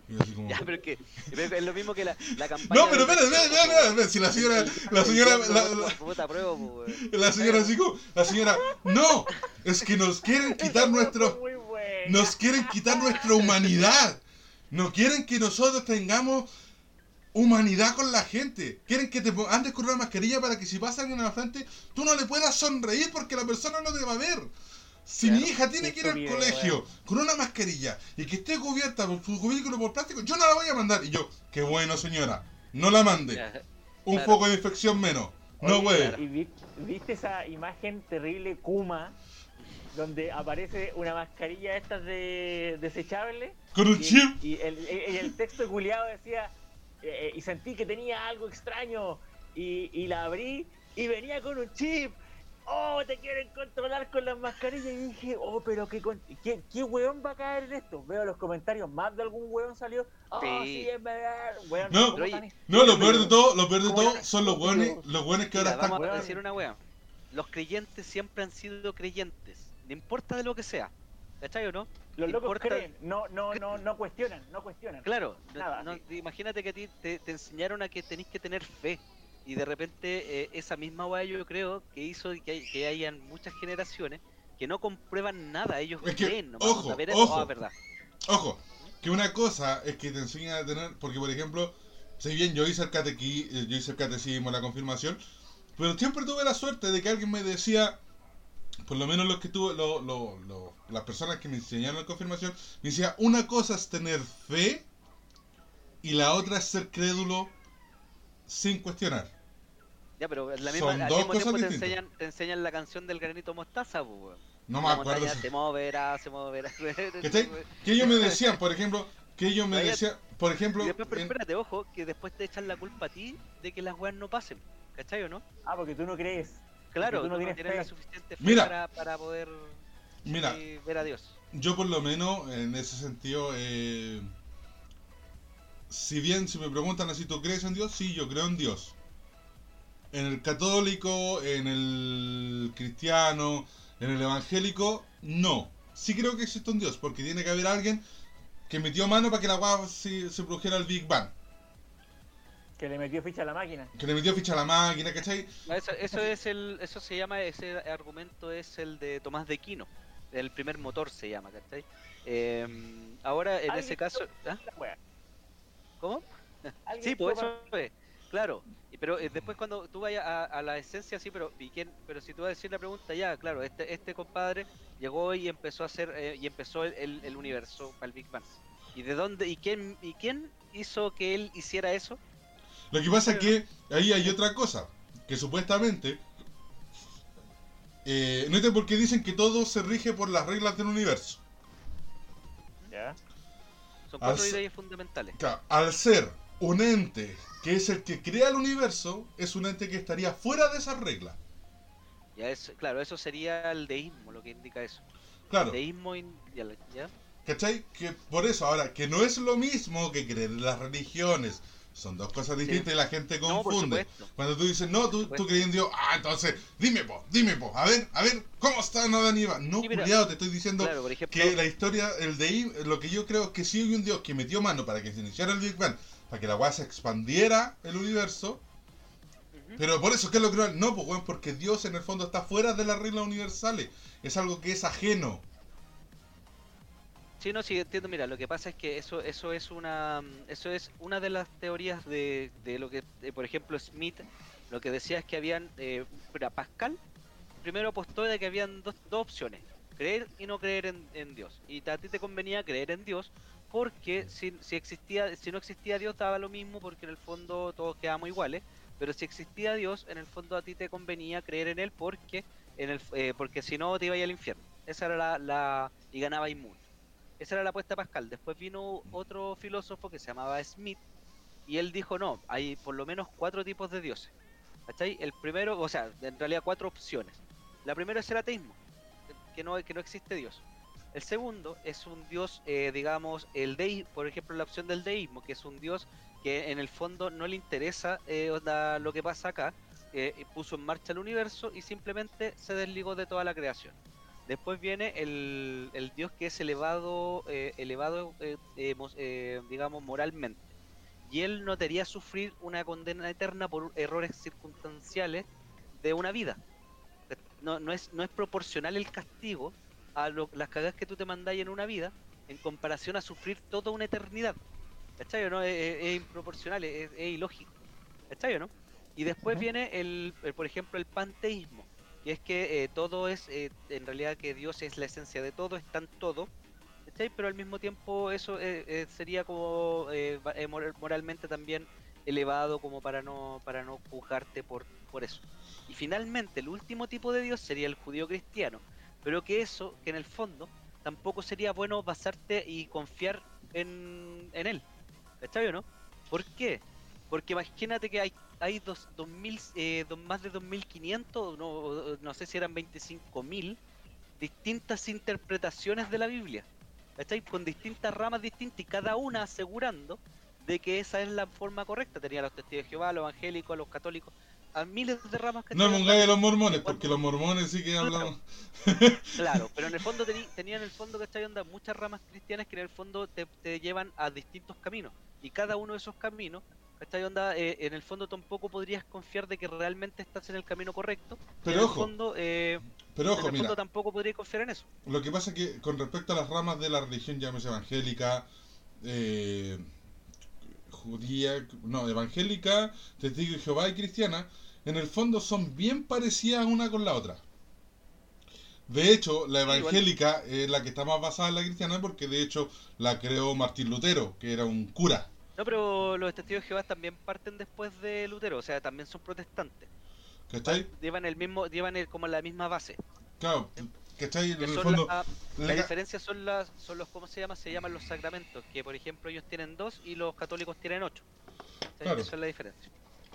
Y yo así como... Ya, pero es que pero es lo mismo que la, la campaña. No, pero del- espera, espera, espera, espera, si la señora, la señora, la, la, Puta prueba, pues, weón. la señora así como, la señora, no, es que nos quieren quitar nuestro, Muy buena. nos quieren quitar nuestra humanidad, no quieren que nosotros tengamos humanidad con la gente, quieren que te pon- andes con una mascarilla para que si pasa alguien a la frente, tú no le puedas sonreír porque la persona no te va a ver. Si Claro. mi hija tiene Qué que ir al estupidez, colegio weón. con una mascarilla y que esté cubierta por su cubículo por plástico, yo no la voy a mandar. Y yo, qué bueno señora, no la mande. Ya, Un claro. foco de infección menos. No, Oye, güey. ¿Y vi- viste esa imagen terrible Kuma? Donde aparece una mascarilla estas de desechable. Con un y el- chip. Y el, el- el texto culiado decía, eh, y sentí que tenía algo extraño. Y, y la abrí y venía con un chip. Oh, te quieren controlar con las mascarillas. Y dije, oh, pero qué, con- qué, qué weón va a caer en esto. Veo los comentarios, más de algún weón salió. Oh, Sí. sí, es verdad. Weón, No, ¿cómo oye, tan No, lo estúpido? peor de todo, lo peor de ¿Cómo todo tan son los estúpido? buenos, los buenos que ahora Mira, están. vamos a weón. decir una wea. Los creyentes siempre han sido creyentes. No importa de lo que sea. ¿Cachai o no? Los No locos importa- creen, no, no, no, no cuestionan, no cuestionan. Claro, no- Nada, no- sí. imagínate que a ti te, te enseñaron a que tenéis que tener fe. Y de repente eh, esa misma weá yo creo que hizo que, hay- que hayan muchas generaciones que no comprueban nada, ellos Es que, creen nomás, ojo, a ver, ojo. oh, es verdad. Ojo, que una cosa es que te enseñan a tener, porque por ejemplo, si bien yo hice el catequi, eh, yo hice el catecismo, la confirmación, pero siempre tuve la suerte de que alguien me decía, por lo menos los que tuve, lo, lo, lo- las personas que me enseñaron la confirmación, me decía, una cosa es tener fe y la otra es ser crédulo sin cuestionar. Ya, pero la misma, Son al dos mismo cosas tiempo te distintas. enseñan, te enseñan la canción del granito mostaza, pues, weón. No me La acuerdo. montaña si- se moverá, se moverá. ¿Cachai? Que ellos me decían, por ejemplo, que ellos me Vaya- decían, por ejemplo, Y después, pero en- espérate, ojo, que después te echan la culpa a ti de que las weas no pasen. ¿Cachai o no? Ah, porque tú no crees. Claro, tú no tú no tienes tienes fe. la suficiente fe Mira. para, para poder mira, eh, ver a Dios. yo por lo menos en ese sentido, eh, si bien si me preguntan así, ¿tú crees en Dios? Sí, yo creo en Dios. En el católico, en el cristiano, en el evangélico, no. Sí creo que existe un Dios, porque tiene que haber alguien que metió mano para que la guapa se, se produjera el Big Bang. Que le metió ficha a la máquina. Que le metió ficha a la máquina, ¿cachai? No, Eso, eso es el, eso se llama, ese argumento es el de Tomás de Aquino, el primer motor se llama, ¿cachai? Eh, ahora en Alguien ese caso, ¿ah? La wea. ¿Cómo? Alguien Sí, pues toma- eso es, claro. Y Pero eh, después cuando tú vayas a, a la esencia, sí, pero ¿y quién? Pero si tú vas a decir la pregunta, ya, claro, este este compadre llegó y empezó a hacer eh, y empezó el, el, el universo, el Big Bang. ¿Y de dónde y quién y quién hizo que él hiciera eso? Lo que pasa es que ahí hay otra cosa, que supuestamente, eh, no es porque dicen que todo se rige por las reglas del universo. Ya. Son cuatro Al- ideas fundamentales. Claro, al ser un ente que es el que crea el universo, es un ente que estaría fuera de esas reglas. Ya es, claro, eso sería el deísmo, lo que indica eso. Claro, Deísmo, in- ya, la- ya. ¿cachai? Que por eso, ahora, que no es lo mismo que creer en las religiones. Son dos cosas distintas y la gente No, por confunde. supuesto. Cuando tú dices, no, tú, tú crees en Dios, ah, entonces, dime, po, dime, po, a ver, a ver, ¿cómo está Adán y Eva? No, Sí, mira, culiao, te estoy diciendo Claro, por ejemplo, que la historia, el de ahí, lo que yo creo es que sí hay un Dios que metió mano para que se iniciara el Big Bang, para que la weá se expandiera el universo, ujú. pero por eso, ¿qué es lo que no? Pues weón, porque Dios en el fondo está fuera de las reglas universales, es algo que es ajeno. Sí, no, sí, entiendo. Mira, lo que pasa es que eso eso es una eso es una de las teorías de, de lo que, de, por ejemplo, Smith, lo que decía es que habían, eh, mira, Pascal primero apostó de que habían dos, dos opciones, creer y no creer en, en Dios. Y a ti te convenía creer en Dios porque si, si existía si no existía Dios daba lo mismo porque en el fondo todos quedamos iguales, pero si existía Dios, en el fondo a ti te convenía creer en él porque en el eh, porque si no te ibas al infierno. Esa era la, la y ganaba inmune. Esa era la apuesta de Pascal. Después vino otro filósofo que se llamaba Smith y él dijo, no, hay por lo menos cuatro tipos de dioses. ¿Cachai? El primero, o sea, en realidad cuatro opciones. La primera es el ateísmo, que no, que no existe Dios. El segundo es un dios, eh, digamos, el deísmo, por ejemplo, la opción del deísmo, que es un dios que en el fondo no le interesa eh, onda, lo que pasa acá, eh, puso en marcha el universo y simplemente se desligó de toda la creación. Después viene el, el dios que es elevado, eh, elevado eh, eh, mos- eh, digamos, moralmente. Y él no debería sufrir una condena eterna por errores circunstanciales de una vida. No, no, es, no es proporcional el castigo a lo- las cagadas que tú te mandáis en una vida en comparación a sufrir toda una eternidad. ¿Cachai o no? Es, es- es improporcional, es, es ilógico. ¿Cachai o no? Y después Ujú. viene, el, el, por ejemplo, el panteísmo, que es que eh, todo es, eh, en realidad que Dios es la esencia de todo, está en todo, ¿cachai? Pero al mismo tiempo eso eh, eh, sería como eh, va- eh, moral- moralmente también elevado como para no, para no juzgarte por, por eso. Y finalmente, el último tipo de Dios sería el judío cristiano, pero que eso, que en el fondo, tampoco sería bueno basarte y confiar en, en él. ¿Cachai o no? ¿Por qué? Porque imagínate que hay, hay dos, dos mil, eh, dos- más de dos mil quinientos, no, o- o no sé si eran veinticinco mil, distintas interpretaciones de la Biblia. ¿Cachai? Con distintas ramas distintas y cada una asegurando de que esa es la forma correcta. Tenía los testigos de Jehová, los evangélicos, los católicos, a miles de ramas, No ¿cachai? me Onda pongáis a que, los mormones, que porque cuando los mormones sí que Claro, hablan. claro, pero en el fondo tení, tenía en el fondo, ¿cachai? Onda, muchas ramas cristianas que en el fondo te, te llevan a distintos caminos. Y cada uno de esos caminos, ¿cachai? Onda, eh, en el fondo tampoco podrías confiar de que realmente estás en el camino correcto. Y en Pero el ojo, fondo, eh, pero en ojo, el fondo mira, tampoco podrías confiar en eso. lo que pasa es que con respecto a las ramas de la religión, llámese evangélica, eh, judía, no, evangélica, testigo de Jehová y cristiana, en el fondo son bien parecidas una con la otra. De hecho, la Sí, igual. evangélica es la que está más basada en la cristiana porque de hecho la creó Martín Lutero, que era un cura. No, pero los testigos de Jehová también parten después de Lutero, o sea, también son protestantes. Par- ¿Cachai? llevan el mismo, llevan el, como la misma base. Claro, ¿Sí? ¿cachai? En Que el son fondo, la, la la- diferencia son las, son los, ¿cómo se llama? Se llaman los sacramentos, que por ejemplo ellos tienen dos y los católicos tienen ocho. ¿Sí? claro, Esa es la diferencia.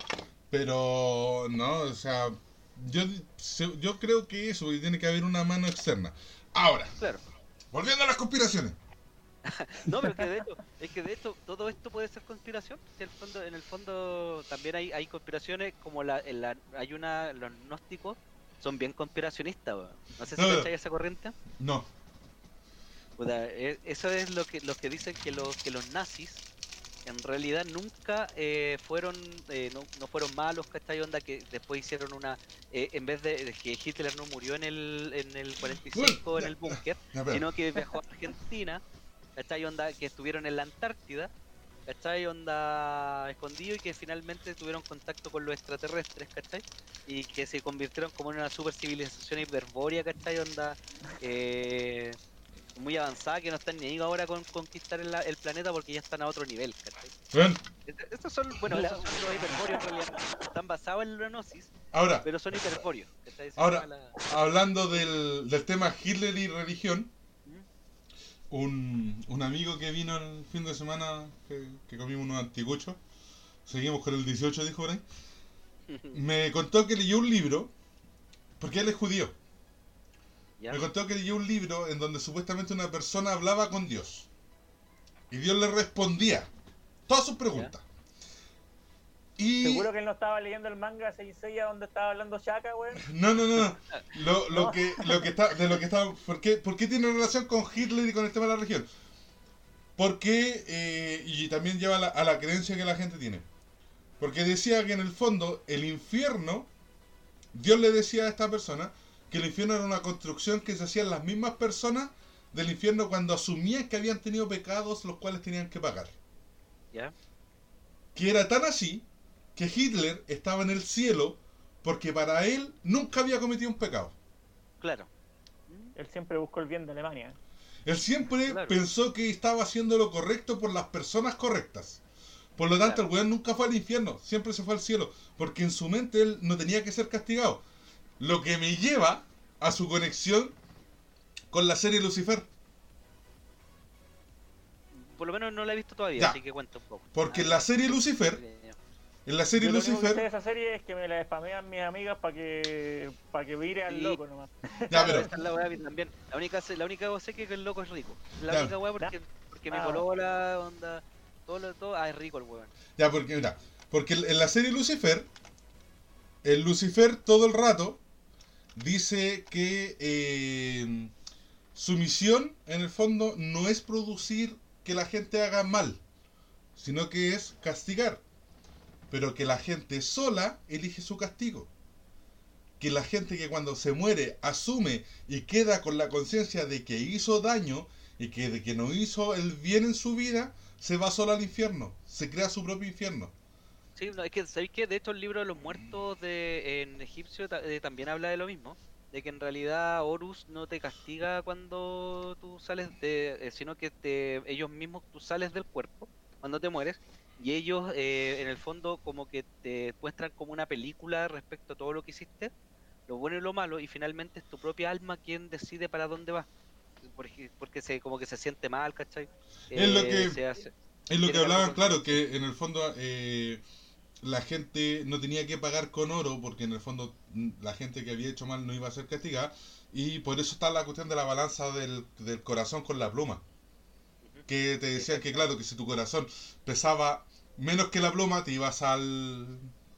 pero no, o sea, yo, yo creo que eso, y tiene que haber una mano externa. Ahora, Claro. volviendo a las conspiraciones. No, pero que de hecho, es que de hecho todo esto puede ser conspiración. Si el fondo, en el fondo también hay, hay conspiraciones como la, en la, hay una, los gnósticos son bien conspiracionistas, weón. No sé si No, no, cacháis esa corriente. no, Puta, e- eso es lo que los que dicen que los que los nazis en realidad nunca eh, fueron eh, no, no fueron malos, ¿cachai? Onda que después hicieron una eh, en vez de, de que Hitler no murió en el en el cuarenta y bueno, cinco en ya, el búnker, ya, espera. sino que viajó a Argentina, ¿cachai? Onda que estuvieron en la Antártida, ¿cachai? Onda escondido y que finalmente tuvieron contacto con los extraterrestres, ¿cachai? Y que se convirtieron como en una super civilización hiperbórea, ¿cachai? Onda eh, muy avanzada que no están ni ahí ahora con conquistar el, el planeta porque ya están a otro nivel, ¿cachai? Ven, Est- Estos son, bueno, La- esos son los hiperbóreos en realidad. Están basados en la gnosis, ahora, pero son hiperbóreos. ¿Cachai? Se ahora, llama la- hablando del, del tema Hitler y religión, ¿Mm? un, un amigo que vino el fin de semana, que, que comimos unos antiguchos, seguimos con el dieciocho, dijo por ahí, me contó que leyó un libro, porque él es judío, ¿Ya? me contó que leyó un libro en donde supuestamente una persona hablaba con Dios, y Dios le respondía todas sus preguntas. Y... Seguro que él no estaba leyendo el manga Saint Seiya donde estaba hablando Shaka, weón. No, no, no, no. Lo, lo ¿No? que, lo que está, de lo que está, ¿por qué, por qué tiene relación con Hitler y con el tema de la religión? Porque, eh, y también lleva a la, a la creencia que la gente tiene. Porque decía que en el fondo, el infierno, Dios le decía a esta persona que el infierno era una construcción que se hacían las mismas personas del infierno cuando asumían que habían tenido pecados los cuales tenían que pagar. ¿Ya? Que era tan así que Hitler estaba en el cielo porque para él nunca había cometido un pecado. Claro. Él siempre buscó el bien de Alemania. Él siempre Claro. pensó que estaba haciendo lo correcto por las personas correctas. Por lo tanto, Claro. el weón nunca fue al infierno, siempre se fue al cielo, porque en su mente él no tenía que ser castigado. Lo que me lleva a su conexión con la serie Lucifer. Por lo menos no la he visto todavía, Ya. así que cuento un poco. Porque Ah, en la ya. serie Lucifer, en la serie Yo lo único que sé de Lucifer, esa serie es que me la spamean mis amigas para que para que vire al Sí. loco nomás. ya, pero, Esa es la weá que también. La única, la única cosa sé que el loco es rico. La Ya. única weá porque, porque mi Ah. polola, onda, todo lo todo, ah, es rico el weón. ya, porque mira, porque en la serie Lucifer, el Lucifer todo el rato dice que eh, su misión, en el fondo, no es producir que la gente haga mal, sino que es castigar. Pero que la gente sola elige su castigo. Que la gente que cuando se muere asume y queda con la conciencia de que hizo daño y que de que no hizo el bien en su vida, se va sola al infierno. Se crea su propio infierno. Sí, no, es que, ¿sabéis qué? De hecho, el libro de los muertos de, en egipcio ta- eh, también habla de lo mismo. De que en realidad Horus no te castiga cuando tú sales de... eh, sino que te, ellos mismos, tú sales del cuerpo cuando te mueres. Y ellos, eh, en el fondo, como que te muestran como una película respecto a todo lo que hiciste, lo bueno y lo malo, y finalmente es tu propia alma quien decide para dónde va. Porque, porque se, como que se siente mal, ¿cachai? Es lo Eh, que, se hace, es lo que tiene cargo hablaban, claro, conciencia. que en el fondo eh, la gente no tenía que pagar con oro, porque en el fondo mm, la gente que había hecho mal no iba a ser castigada, y por eso está la cuestión de la balanza del, del corazón con la pluma. Ujú. Que te decían que, Exactamente. claro, que si tu corazón pesaba menos que la pluma, te ibas al,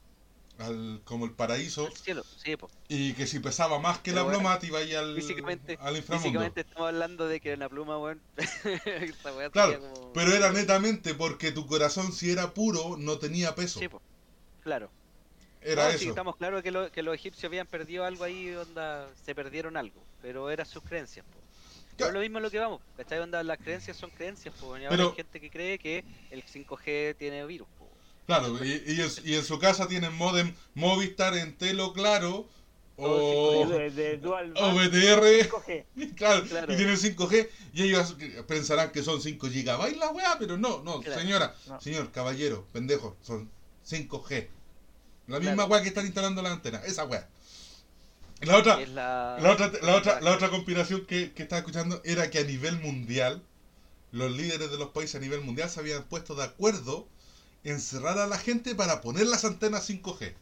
al como el paraíso, Al cielo, sí, po. y que si pesaba más que Pero la bueno, pluma, te ibas ahí al, físicamente, al inframundo. físicamente estamos hablando de que la pluma, weón, esta weá sería Claro, como... pero era netamente porque tu corazón, si era puro, no tenía peso. Sí, po, claro. Era No, sí, eso. estamos claros que, lo- que los egipcios habían perdido algo ahí, onda, se perdieron algo, pero eran sus creencias, po. Pero Ca- lo mismo es lo que vamos, ¿cachai? Onda, las creencias son creencias, po, y ahora hay Pero, gente que cree que el cinco G tiene virus, po. claro, y, y en, y en su casa tienen modem Movistar en Telo Claro, Todo Sí, o, cinco G, de, de Dual o Band B T R, cinco G. claro, y claro, tienen cinco G, y ellos pensarán que son cinco gigabytes la weá, pero no, no, claro, señora, No. señor, caballero, pendejo, son cinco G. La misma claro, weá que están instalando la antena, esa weá. La otra, que es la... la otra, la otra, la la- otra conspiración que, que estaba escuchando era que a nivel mundial, los líderes de los países a nivel mundial se habían puesto de acuerdo en cerrar a la gente para poner las antenas cinco G.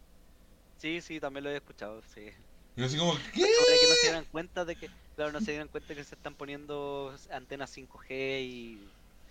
Sí, sí, también lo he escuchado, sí. Y yo así como, ¿qué? Para que no se dieran cuenta de que, claro, no se dieran cuenta que se están poniendo antenas cinco G y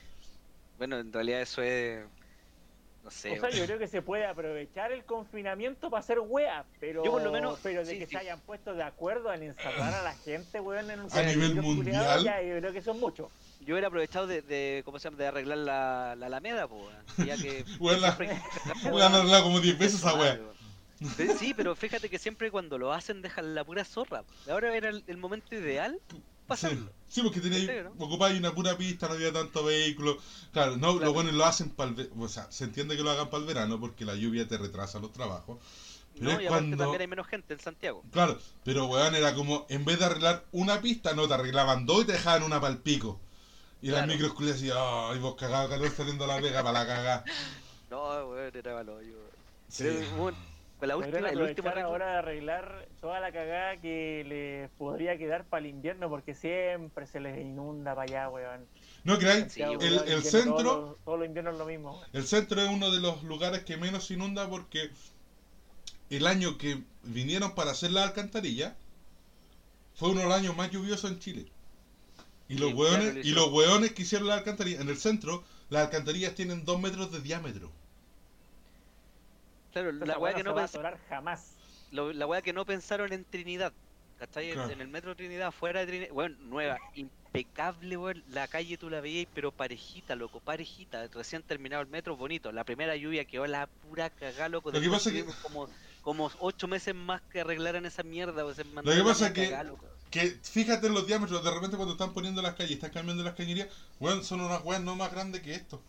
bueno, en realidad eso es, no O sé, sea, yo creo que se puede aprovechar el confinamiento para hacer weas, pero, yo por lo menos, pero de sí, que sí, se hayan puesto de acuerdo en encerrar a la gente, weón, en un A nivel coronavirus culiao, mundial. ya, yo creo que son muchos. yo hubiera aprovechado de, de, ¿cómo se llama?, de arreglar la, la Alameda, pues, ya que Weón, la- siempre hay que arreglar, Voy a weón. arreglar como diez veces esa Madre, weá. weón. Pero sí, pero fíjate que siempre cuando lo hacen dejan la pura zorra. Ahora era el, el momento ideal para Sí, hacerlo. sí, porque tenéis, ¿En serio, no? ocupáis una pura pista, no había tanto vehículo. Claro, no, Claro. los buenos lo hacen para el verano, o sea, se entiende que lo hagan para el verano porque la lluvia te retrasa los trabajos. Pero No, es y aparte cuando, también hay menos gente en Santiago. claro, pero weón, era como, en vez de arreglar una pista, no, te arreglaban dos y te dejaban una para el pico. Y las Claro. micros culiadas así, ay, vos cagado calor saliendo a la vega para la cagada. No, weón, era malo. Yo... Sí. Pero, bueno, con la Podrían última, el último aprovechar arreglo. ahora de arreglar toda la cagada que les podría quedar para el invierno, porque siempre se les inunda para allá, weón. No creáis, Sí, Santiago, weón. el, weón, el invierno, centro, Todos los, todos los inviernos es lo mismo, weón. el centro es uno de los lugares que menos se inunda porque el año que vinieron para hacer la alcantarilla fue uno de los años más lluviosos en Chile. Y los Sí, hueones, ya lo y hizo. los hueones que hicieron la alcantarilla, en el centro, las alcantarillas tienen dos metros de diámetro. Claro, Esa la weá weá que se no va a pens- atorar jamás. lo- la weá que no pensaron en Trinidad. ¿Cachai? En- Claro. En el metro Trinidad, fuera de Trinidad. Bueno, nueva, impecable, weón. La calle tú la veías, pero parejita, loco, parejita. Recién terminado el metro, bonito. La primera lluvia quedó la pura cagá, loco. Lo que Después pasa que- tuvimos como, como ocho meses más que arreglaran esa mierda. O sea, Lo que mandaron la pasa mía que- cagá, loco. Que fíjate en los diámetros, de repente cuando están poniendo las calles, están cambiando las cañerías, weón, son unas weas no más grandes que esto.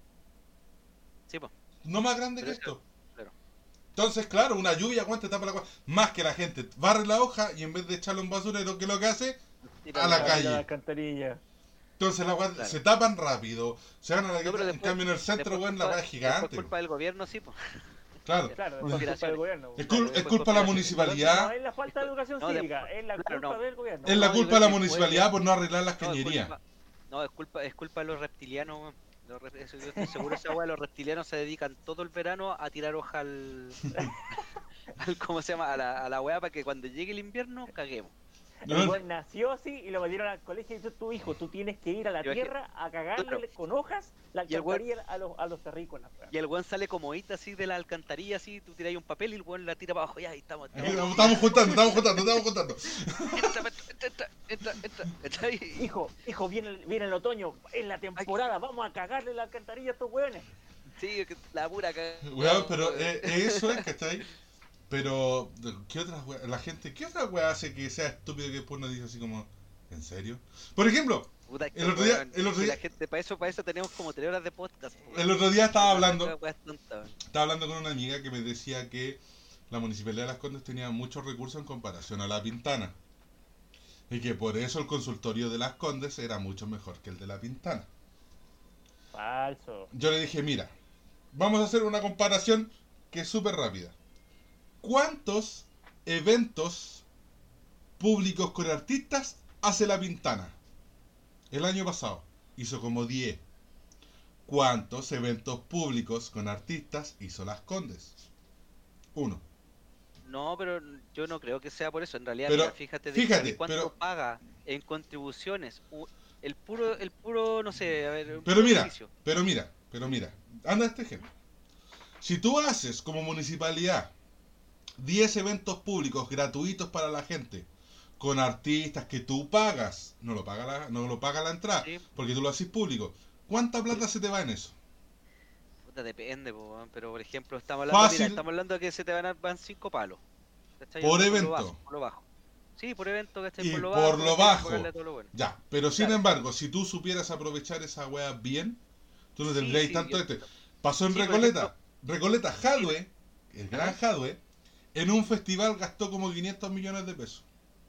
Sí, pues. No más grandes que Pero eso- esto. claro. Entonces, claro, una lluvia, weón, te tapa la wea. Más que la gente barre la hoja y en vez de echarlo en basurero, ¿qué es lo que hace? Tira A la la- calle. La alcantarilla. Entonces las weas Claro. se tapan rápido, se van a la No, pero en después- cambio en el centro, después weón, la culpa- wea es gigante. Después culpa del gobierno, sí, pues. Claro. Claro, Bueno, después culpa del gobierno. Es, weón. cul- es después culpa de la cooperación. municipalidad. No es la falta de educación No, cívica, después- es la claro, culpa no. del gobierno. Es la No, yo culpa creo de la que municipalidad puede- por no arreglar las No, es cañerías. culpa, no, es culpa, es culpa de los reptilianos, weón. Los rep- eso- yo estoy seguro esa weá, los reptilianos se dedican todo el verano a tirar hoja al, al ¿cómo se llama? A la, a la weá para que cuando llegue el invierno caguemos. El buen nació así y lo metieron al colegio y dice, tu hijo, tú tienes que ir a la Imagínate. tierra a cagarle Claro. con hojas la Y el buen- alcantarilla a los, a los terrícolas. weón. Y el weón sale como hita así de la alcantarilla, así, tú tiras ahí un papel y el weón la tira para abajo, ya, ahí estamos. Aquí Estamos juntando, estamos juntando, estamos juntando. Entra, entra, entra, entra, entra. Hijo, hijo, viene, el- viene el otoño, es la temporada, vamos a cagarle la alcantarilla a estos weones. Sí, que la pura cagada. Weón, pero eh, eso es, ¿cachai? Pero, ¿qué otras weas? La gente, ¿qué otra wea hace que sea estúpido que después nos dice así como, ¿en serio? Por ejemplo, Puta, es que, el otro día- weón, el otro si día- la gente, para eso, para eso tenemos como tres horas de podcast. weón. el otro día estaba hablando, La weá es tonta, weón. estaba hablando con una amiga que me decía que la Municipalidad de Las Condes tenía muchos recursos en comparación a La Pintana. Y que por eso el consultorio de Las Condes era mucho mejor que el de La Pintana. Falso. Yo le dije, mira, vamos a hacer una comparación que es súper rápida. ¿Cuántos eventos públicos con artistas hace La Pintana? El año pasado hizo como diez. ¿Cuántos eventos públicos con artistas hizo Las Condes? Uno. No, pero yo no creo que sea por eso. En realidad, Pero, mira, fíjate, de fíjate, cuánto pero- paga en contribuciones. u- El puro, el puro, no sé, a ver. un Pero puro mira, edificio. pero mira, pero mira, anda este ejemplo. Si tú haces como municipalidad diez eventos públicos gratuitos para la gente, con artistas que tú pagas, no lo paga la, no lo paga la entrada, Sí. porque tú lo haces público, ¿cuánta plata se te va en eso? Puta, depende, po, weón, pero por ejemplo, estamos hablando, mira, Fácil. estamos hablando de que se te van a van cinco palos. ¿cachai? Por Lo evento. bajo, por lo bajo. Sí, por evento, ¿cachai? Y por lo por bajo. lo ¿cachai? bajo. Pagarle todo lo bueno. Ya, pero sin Claro. embargo, si tú supieras aprovechar esa wea bien, tú no Sí, tendrías sí, tanto yo- este. Pasó en Sí, por Recoleta. Recoleta Jadwe, el gran Ajá. Jadwe, en un festival gastó como quinientos millones de pesos.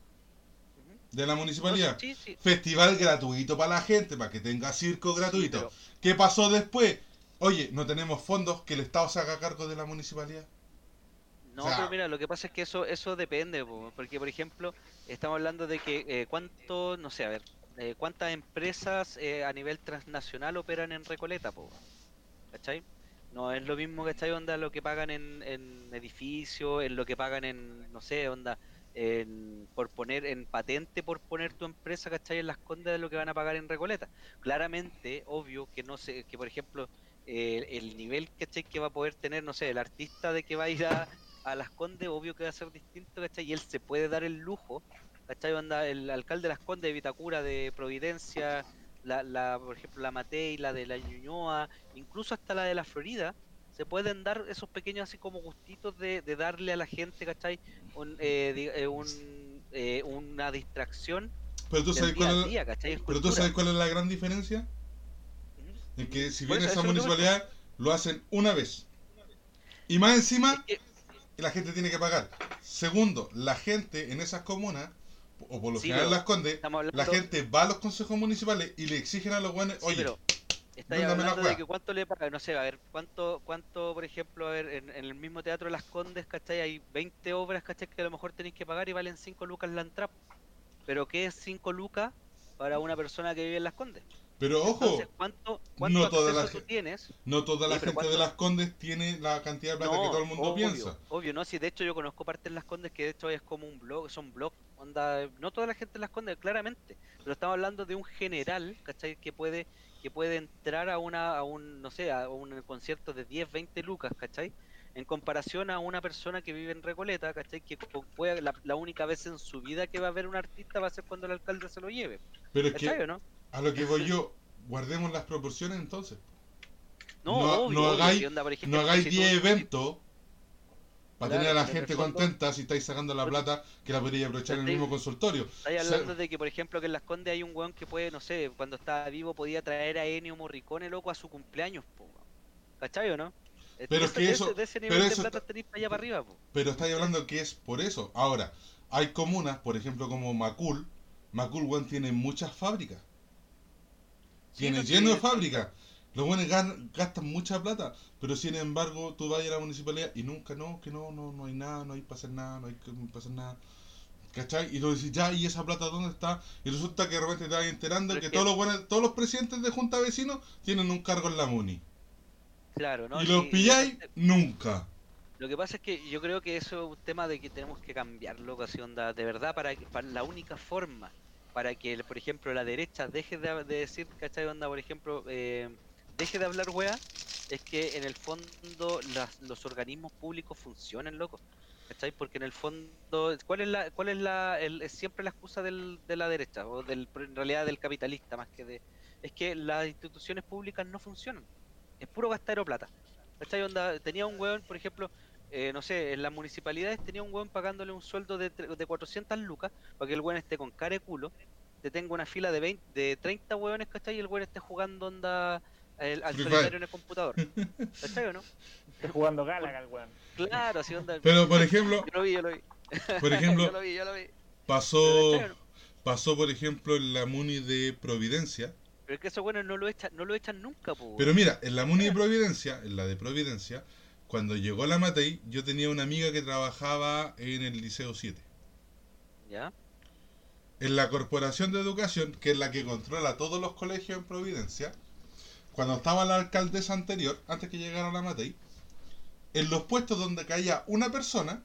Ujú. De la municipalidad. No, sí, sí. Festival gratuito para la gente, para que tenga circo gratuito. pero- ¿Qué pasó después? Oye, no tenemos fondos que el Estado se haga cargo de la municipalidad. No, O sea- pero mira, lo que pasa es que eso eso depende, po, porque por ejemplo, estamos hablando de que eh, cuánto, no sé, a ver, eh, cuántas empresas eh, a nivel transnacional operan en Recoleta, po, ¿cachai? No es lo mismo, ¿cachai? Onda lo que pagan en, en edificios, en lo que pagan en, no sé, onda, en, por poner, en patente por poner tu empresa, ¿cachai? En Las Condes de lo que van a pagar en Recoleta. Claramente, obvio que no sé, que por ejemplo, eh, el nivel, ¿cachai? Que va a poder tener, no sé, el artista de que va a ir a a Las Condes, obvio que va a ser distinto, ¿cachai? Y él se puede dar el lujo, ¿cachai? Onda, el alcalde de Las Condes, de Vitacura, de Providencia, la, la, por ejemplo, la Matei, la de la Ñuñoa, incluso hasta la de la Florida, se pueden dar esos pequeños así como gustitos de, de darle a la gente, ¿cachai? Un, eh, di- eh, un, eh, una distracción Pero tú del sabes día cuál a es, día, ¿cachai? Es pero tú cultura. sabes cuál es la gran diferencia. Ujú. En que si Por bien eso, esa eso es lo que voy. municipalidad lo hacen una vez. Y más encima, Es que- la gente tiene que pagar. Segundo, la gente en esas comunas, o por lo Sí, general en pero Las Condes, estamos hablando- la gente va a los consejos municipales y le exigen a los buenos, Sí, oye, pero estáis mándame la hablando weá. de que cuánto le pagan, no sé, a ver, cuánto, cuánto por ejemplo, a ver, en, en el mismo Teatro de Las Condes, ¿cachai? Hay veinte obras, ¿cachai? Que a lo mejor tenéis que pagar y valen cinco lucas la entrada. Pero ¿qué es cinco lucas para una persona que vive en Las Condes? pero ojo, Entonces, ¿cuánto, cuánto no toda acceso la tú ge- tienes? no toda la Sí, pero gente de ¿cuánto? Las Condes tiene la cantidad de plata que todo el mundo obvio, piensa. obvio, no, si de hecho yo conozco parte en Las Condes que de hecho es como un blog, son blogs, onda, no toda la gente en Las Condes, claramente, pero estamos hablando de un general, ¿cachai? Que puede, que puede entrar a una, a un, no sé, a un concierto de diez, veinte lucas, ¿cachai? En comparación a una persona que vive en Recoleta, ¿cachai? Que co- puede- la, la única vez en su vida que va a ver un artista va a ser cuando el alcalde se lo lleve, Pero es ¿cachai que o no? a lo que voy yo, guardemos las proporciones entonces. No, no- obvio, no obvio, hagáis- si onda, por ejemplo, No hagáis si tú- diez eventos para Claro, tener a la pero en el gente fondo- contenta si estáis sacando la Por- plata que la podríais aprovechar en el ¿cachai? mismo consultorio. Estáis Se- hablando de que, por ejemplo, que en Las Condes hay un weón que puede, no sé, cuando estaba vivo podía traer a Ennio Morricone, loco, a su cumpleaños, po, weón. ¿Cachai o no? Pero es Ese- que de eso- ese- de ese pero nivel de eso plata está- tenéis para allá para arriba, po. Pero estáis hablando que es por eso. Ahora, hay comunas, por ejemplo, como Macul. Macul, weón, tiene muchas fábricas. Sí, Tiene no, sí, lleno de es- fábricas. Los buenos gan- gastan mucha plata. Pero sin embargo, tú vas a la municipalidad y nunca, no, que no, no, no hay nada, no hay para hacer nada, no hay que para hacer nada. ¿Cachai? Y tú dices, ya, ¿y esa plata dónde está? Y resulta que de repente te vas enterando Pero que, es que- todos los buenos, todos los presidentes de junta de vecinos tienen un cargo en la muni. Claro, ¿no? y los Sí, pilláis aparte- nunca. Lo que pasa es que yo creo que eso es un tema de que tenemos que cambiarlo, casi onda, de verdad, para, que- para la única forma para que, por ejemplo, la derecha deje de, de decir, ¿cachai? Onda, por ejemplo, eh, deje de hablar wea, es que en el fondo las, los organismos públicos funcionen, loco, ¿cachai? Porque en el fondo, ¿cuál es la, cuál es la, el- es siempre la excusa del, de la derecha, o del, en realidad del capitalista más que de, es que las instituciones públicas no funcionan, es puro gastadero plata, ¿cachai? Onda, tenía un weón, por ejemplo, eh, no sé, en las municipalidades tenía un weón pagándole un sueldo de, tre- de cuatrocientas lucas para que el weón esté con cara de culo, te tengo una fila de veinte, de treinta weones, ¿cachai? Y el weón esté jugando onda el- al Free solitario Fire. en el computador, ¿cachai o no? Estoy jugando Por- Galaga el weón. claro, así onda. Pero, por ejemplo, Yo lo vi, yo lo vi. por Yo ejemplo, lo vi, yo lo vi. Pero ¿cachai pasó, o no? pasó, por ejemplo, en la Muni de Providencia. Pero es que esos weones no lo echan, no lo echan nunca, pues Pero weón. mira, en la Muni de Providencia, en la de Providencia, cuando llegó la Matei, yo tenía una amiga que trabajaba en el Liceo siete. ¿Ya? En la Corporación de Educación, que es la que controla todos los colegios en Providencia, cuando estaba la alcaldesa anterior, antes que llegara la Matei, en los puestos donde caía una persona,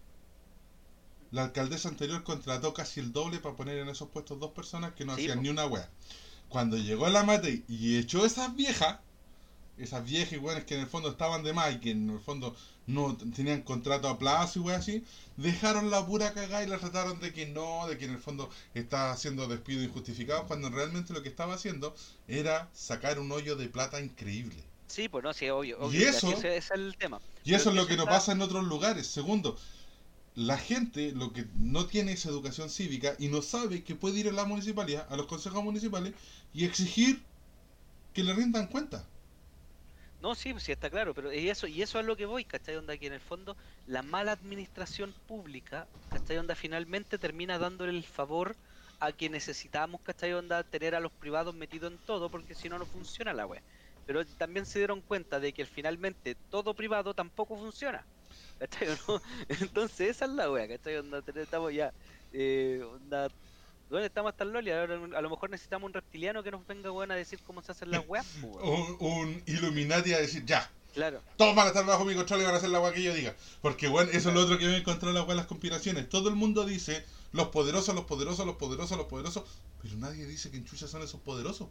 la alcaldesa anterior contrató casi el doble para poner en esos puestos dos personas que no Sí, hacían po. ni una wea. Cuando llegó la Matei y echó esas viejas, esas viejas y weones que en el fondo estaban de más y que en el fondo no t- tenían contrato a plazo y weas así, dejaron la pura cagada y la trataron de que no, de que en el fondo estaba haciendo despido injustificado, cuando realmente lo que estaba haciendo era sacar un hoyo de plata increíble. Sí, pues no, sí, obvio, obvio. Y mira, eso, sí, ese, ese es el tema. y Pero eso es que lo que no está- pasa en otros lugares. Segundo, la gente lo que no tiene esa educación cívica y no sabe que puede ir a la municipalidad, a los consejos municipales y exigir que le rindan cuenta. No, sí, pues sí está claro, pero y eso, y eso es lo que voy, ¿cachai? Onda que en el fondo la mala administración pública, ¿cachai? Onda finalmente termina dándole el favor a que necesitamos, ¿cachai? Onda tener a los privados metidos en todo, porque si no, no funciona la wea. Pero también se dieron cuenta de que finalmente todo privado tampoco funciona, ¿cachai? ¿O no? Entonces esa es la wea, ¿cachai? Onda, ten- estamos ya, eh, onda, ¿dónde estamos hasta el Loli? Ahora a lo mejor necesitamos un reptiliano que nos venga, weón, a decir cómo se hacen las weas, pues, weón. Un, un Illuminati a decir, ya, Claro. todos van a estar bajo mi control y van a hacer la agua que yo diga. Porque, bueno, eso es lo otro que me he encontrado en la agua de las conspiraciones. Todo el mundo dice, los poderosos, los poderosos, los poderosos, los poderosos. Pero nadie dice que en chucha son esos poderosos.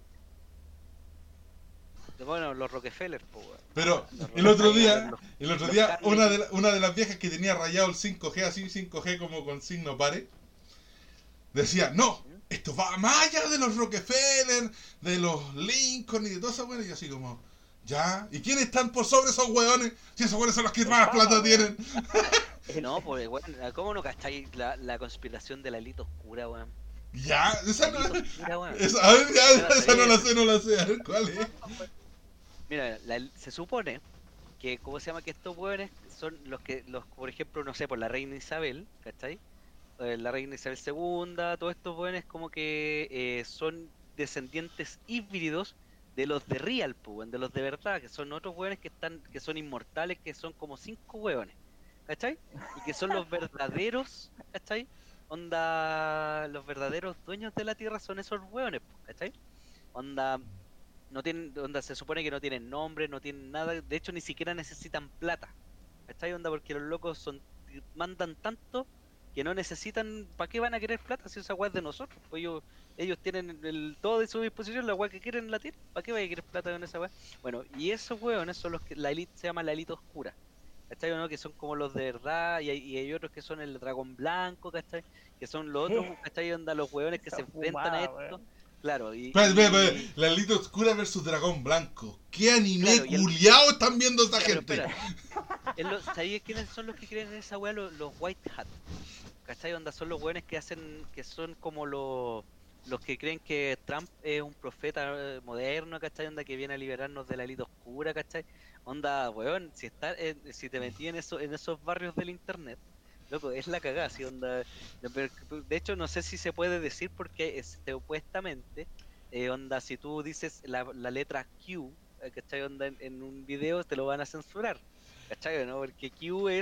Bueno, los Rockefeller, pues, weón. Pero Los el otro Rockefeller, día, los- el otro los día, Carnegie. una de, la- una de las viejas que tenía rayado el cinco G, así cinco G como con signo pare, decía, no, esto va más allá de los Rockefeller, de los Lincoln y de todas esas weones. Y yo así como, ya, ¿y quiénes están por sobre esos weones? Si esos weones son los que más Obama, plata weón. tienen. No, pues, weón, ¿cómo no cacháis la, la conspiración de la élite oscura, weón? Ya, esa no, La élite oscura, weón. esa, a ver, ya, Yo la esa no la sabía. sé, no la sé, a ver cuál es. Mira, la- se supone que, ¿cómo se llama? Que estos weones son los que, los, por ejemplo, no sé, por la reina Isabel, ¿cachai? Eh, la reina Isabel segunda, todos estos weones como que eh, son descendientes híbridos de los de Real, pues, weón, de los de verdad, que son otros weones que están, que son inmortales, que son como cinco weones, ¿cachai? Y que son los verdaderos, ¿cachai? Onda, los verdaderos dueños de la tierra son esos weones, pues, ¿cachai? Onda, no tienen, onda, se supone que no tienen nombre, no tienen nada, de hecho ni siquiera necesitan plata, ¿cachai? Onda, porque los locos son, mandan tanto que no necesitan, ¿para qué van a querer plata si esa weá es de nosotros? Pues ellos, ellos tienen el, todo de su disposición, la weá que quieren la tienen, ¿para qué van a querer plata con esa weá? Bueno, y esos weones son los que la elite se llama la elite oscura, ¿cachai? ¿O no? Que son como los de verdad, y hay, y hay otros que son el dragón blanco, ¿cachai? Que son los otros, ¿Qué? ¿cachai? Onda, los weones que Esa se enfrentan a fumada, esto. weón. Claro, y, Espera, espera, y- espera, la Lita Oscura versus Dragón Blanco. ¿Qué anime Claro, y el- culiao están viendo esa Ya, pero gente? espera, es lo- ¿sabéis quiénes son los que creen en esa weá? Los, los White Hat. ¿Cachai? Onda son los weones que hacen, que son como los, los que creen que Trump es un profeta eh, moderno, ¿cachai? Onda que viene a liberarnos de la élite oscura, ¿cachai? Onda, weón, si está, en- si te metí en eso, en esos barrios del internet, loco, es la cagada, ¿sí? Onda, de de hecho no sé si se puede decir porque es, supuestamente, eh, onda, si tú dices la, la letra Q, eh, ¿cachai? Onda en, en un video te lo van a censurar, ¿cachai? ¿No? Porque Q es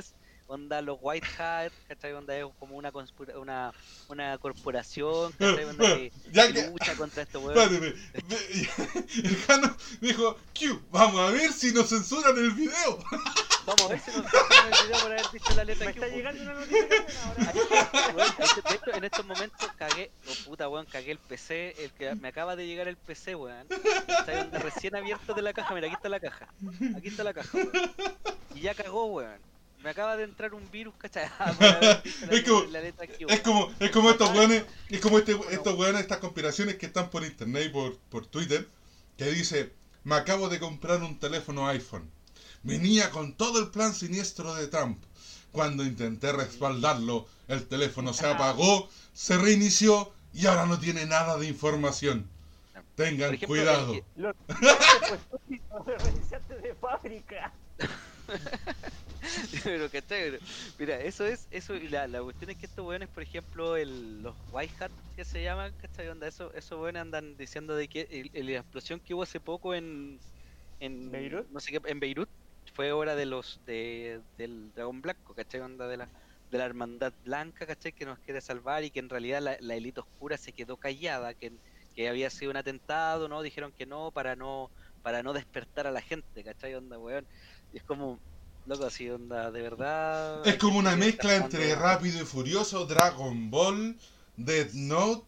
onda los White Hat, ¿cachai? Onda es como una conspira- una, una corporación, ¿cachai? Onda que, Ya que que- lucha contra estos weones. Espérate, ve- el Jano dijo, Q, vamos a ver si nos censuran el video. Vamos a ver si nos censuran el video por haber dicho la letra Me Q. está po. llegando una notificación ahora. Weón, de hecho, en estos momentos cagué, oh puta weón, cagué el P C, el que me acaba de llegar el P C, weón. Está recién abierto de la caja, mira, aquí está la caja. Aquí está la caja, weón. Y ya cagó, weón. Me acaba de entrar un virus, ¿cachai? Ah, por haber dicho la, Es como- la letra Q. Es como, es como estos weones, es como este, estos weones, estas conspiraciones que están por internet y por, por Twitter, que dice, me acabo de comprar un teléfono iPhone. Venía con todo el plan siniestro de Trump. Cuando intenté respaldarlo, el teléfono se apagó, se reinició y ahora no tiene nada de información. Tengan Por ejemplo, cuidado. el Lo que pues tú lo reiniciaste de fábrica. Pero ¿cachai? Pero, mira, eso es, eso, y la, la cuestión es que estos weones, por ejemplo, el, los White Hat que se llaman, ¿cachai? Onda, eso, esos weones andan diciendo de que el- el- la explosión que hubo hace poco en, en ¿Beirut? no sé qué, en Beirut, fue obra de los de, del dragón blanco, ¿cachai? Onda de la, de la hermandad blanca, ¿cachai? Que nos quiere salvar y que en realidad la, la élite oscura se quedó callada, que, que había sido un atentado, ¿no? Dijeron que no, para no, para no despertar a la gente, ¿cachai? Onda, weón. Y es como, loco, así, onda, de verdad. Es hay como gente una que mezcla está entre jugando- Rápido y Furioso, Dragon Ball, Death Note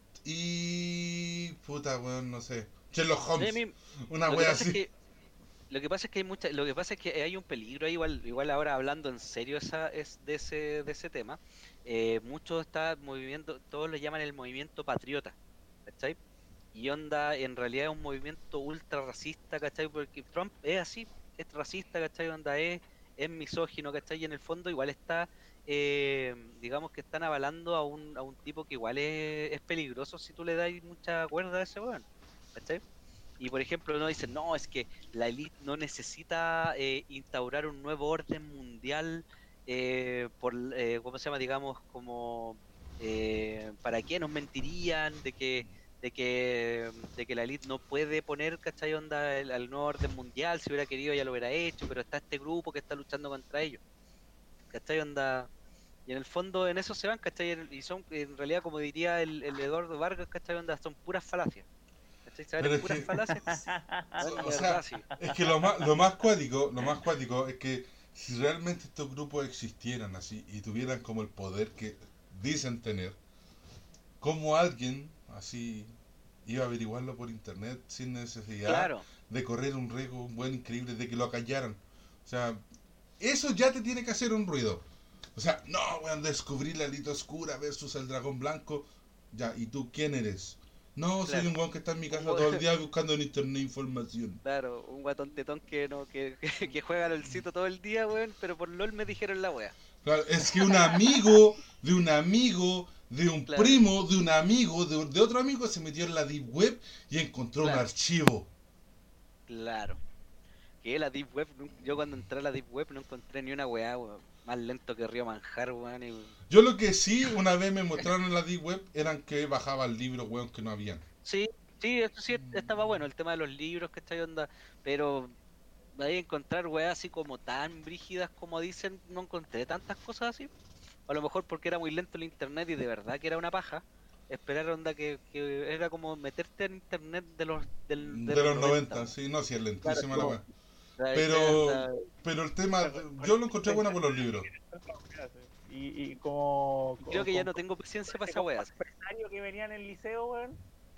y... puta weón, no sé. Sherlock Sí, a Holmes. mí- Una lo que wea pasa es así. que lo que pasa es que hay mucha, lo que pasa es que hay un peligro ahí, igual, igual ahora hablando en serio esa, es de ese, de ese tema, eh, mucho está movimiento, todos lo llaman el movimiento patriota, ¿cachai? Y onda, en realidad es un movimiento ultra racista, ¿cachai? Porque Trump es así, es racista, ¿cachai? Onda es, es misógino, ¿cachai? Y en el fondo igual está, eh, digamos que están avalando a un, a un tipo que igual es, es peligroso si tú le das mucha cuerda a ese weón, ¿cachai? Y por ejemplo, uno dice, no, es que la élite no necesita eh, instaurar un nuevo orden mundial eh, por, eh, ¿cómo se llama? Digamos, como, eh, ¿para qué nos mentirían de que de que de que la élite no puede poner, ¿cachai? Onda el, al nuevo orden mundial, si hubiera querido ya lo hubiera hecho, pero está este grupo que está luchando contra ellos, ¿cachai? Onda... Y en el fondo en eso se van, ¿cachai? Y son, en realidad, como diría el, el Eduardo Vargas, ¿cachai? Onda, son puras falacias. ¿Cachai? Se van Pero en es puras que- falacias. O De sea, verdad, sí. es que lo más, lo más cuático, lo más cuático es que si realmente estos grupos existieran así y tuvieran como el poder que dicen tener, ¿cómo alguien así iba a averiguarlo por internet sin necesidad Claro, de correr un riesgo, un buen increíble, de que lo acallaran? O sea, eso ya te tiene que hacer un ruido. O sea, no, weón, descubrir la élite oscura versus el dragón blanco. Ya, ¿y tú quién eres? No, soy Claro. un weón que está en mi casa Un weón- todo el día buscando en internet información. claro, un guatón tetón que no, que, que, que juega al LOLcito todo el día, weón, pero por LOL me dijeron la wea. Claro, es que un amigo de un amigo, de un Claro. primo, de un amigo, de, de otro amigo se metió en la deep web y encontró un Claro. archivo. Claro. Que la Deep Web, nun- yo cuando entré a la Deep Web no encontré ni una weá, weón. Más lento que Río Manjar, weón. Y... Yo lo que sí una vez me mostraron en la deep web eran que bajaba el libro, weón, que no habían. Sí, sí, eso sí estaba bueno, el tema de los libros, que está onda, pero ahí encontrar weas así como tan brígidas como dicen, no encontré tantas cosas así. A lo mejor porque era muy lento el internet y de verdad que era una paja. Esperar onda que, que era como meterte en internet de los del, De, los noventa, sí, no, sí, es lentísima la Claro, weá. O sea, Pero, era- pero el tema, yo lo encontré buena por los libros. Y, y como. creo que ya como- no tengo paciencia para esa como wea. empresario que venía en el liceo, weón.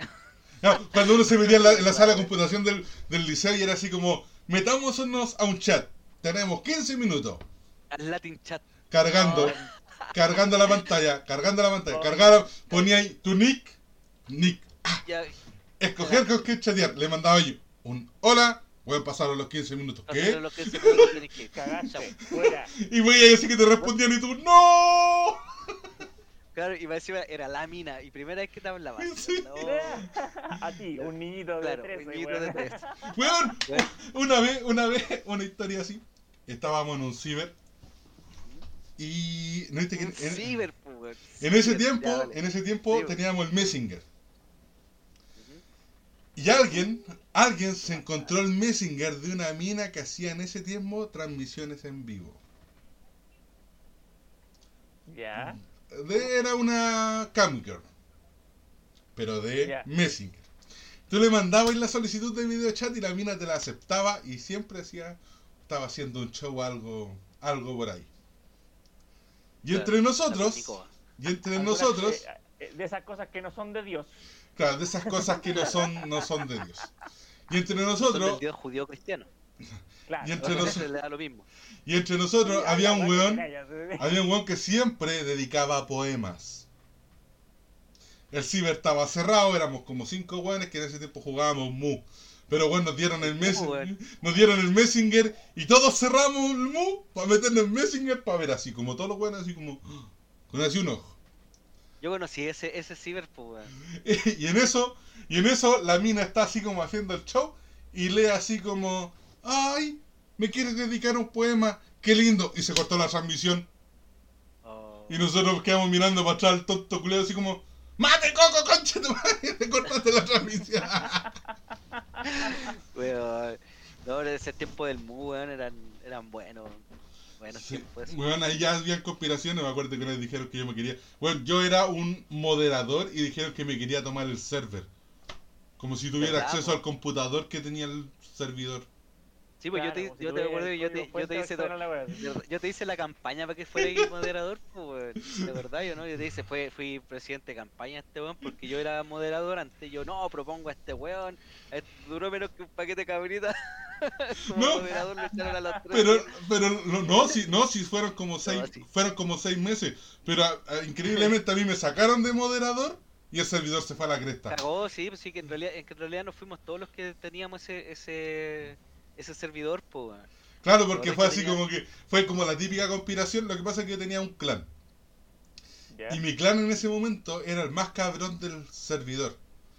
No, cuando uno se metía en la, en la sala de computación del, del liceo y era así como, metámonos a un chat, tenemos quince minutos, Al Latin Chat. cargando, cargando la pantalla, cargando la pantalla, cargaba, ponía ahí tu nick, nick, Ya, escoger con qué chatear, le mandaba yo un hola, voy a pasar los quince minutos, pero ¿qué? lo que se puede tienes que Cagaste, fuera. Y veía así que te respondían y tú, ¡no! Claro, y más encima era la mina, y primera vez que te hablaba. Sí. No, A ti, un niñito de claro, trece, un niño weón. de tres. Weón, Weón. una vez, una vez, una historia así, estábamos en un ciber y, ¿no viste que Un en- en- ciber, pues, weón. En ese Ciber, tiempo, ya, dale. en ese tiempo Sí. teníamos el Messenger. Ujú. Y alguien, alguien se encontró el Messenger de una mina que hacía en ese tiempo transmisiones en vivo. Ya. De, era una camgirl, pero de Ya. Messenger. Tú le mandabas la solicitud de videochat y la mina te la aceptaba y siempre hacía, estaba haciendo un show algo, algo por ahí. Y Claro, entre nosotros, Nicoa. y entre Algunas, nosotros, eh, eh, de esas cosas que no son de Dios. claro, de esas cosas que no son, no son de Dios. Y entre Son del nosotros, Dios judío cristiano. Claro. Y entre A nos- veces le da lo mismo. y entre nosotros Sí, había la un weá que weón, callas, sí. había un weón que siempre dedicaba poemas. El ciber estaba cerrado, éramos como cinco weones que en ese tiempo jugábamos Mu. Pero bueno, nos dieron el Mu, Messenger, weón. nos dieron el Messenger y todos cerramos el Mu para meternos en Messenger para ver así, como todos los weones así como con así un ojo. Yo conocí ese, ese ciber, pues, weón. Y en eso, y en eso la mina está así como haciendo el show y lee así como, ay, me quieres dedicar un poema, qué lindo, y se cortó la transmisión. Oh. Y nosotros quedamos mirando para atrás al tonto culeo así como, ¡mate Coco, concha tu madre! Te cortaste la transmisión. Weón. No, en ese tiempo del Mu, weón, eran, eran buenos. Buenos Sí, tiempos. esos. bueno, ahí ya habían conspiraciones, me acuerdo que les dijeron que yo me quería... Bueno, yo era un moderador y dijeron que me quería tomar el server. Como si tuviera ¿Verdad, acceso po? al computador que tenía el servidor. Sí, pues Claro, yo como te, si yo te tuviera acuerdo que yo el te, código yo te fuente hice para to- acceder a la web. de verdad- yo te hice la campaña para que fuera el moderador, pues, weón. De verdad, yo no, yo te hice, fue, fui presidente de campaña de este weón porque yo era moderador antes, yo no, propongo a este weón, a este duró menos que un paquete de cabrita. Como No. moderador lo echaron a las tres. Pero, pero no, no, si, no, si fueron como seis, sí. fueron como seis meses. Pero a- a- increíblemente a mí me sacaron de moderador y el servidor se fue a la cresta. Cagó, sí, pues sí, que en realidad, en que en realidad nos fuimos todos los que teníamos ese, ese, ese servidor, pues, weón. Claro, porque Ahora fue que así tenía- como que, fue como la típica conspiración, lo que pasa es que yo tenía un clan. Ya. Y mi clan en ese momento era el más cabrón del servidor.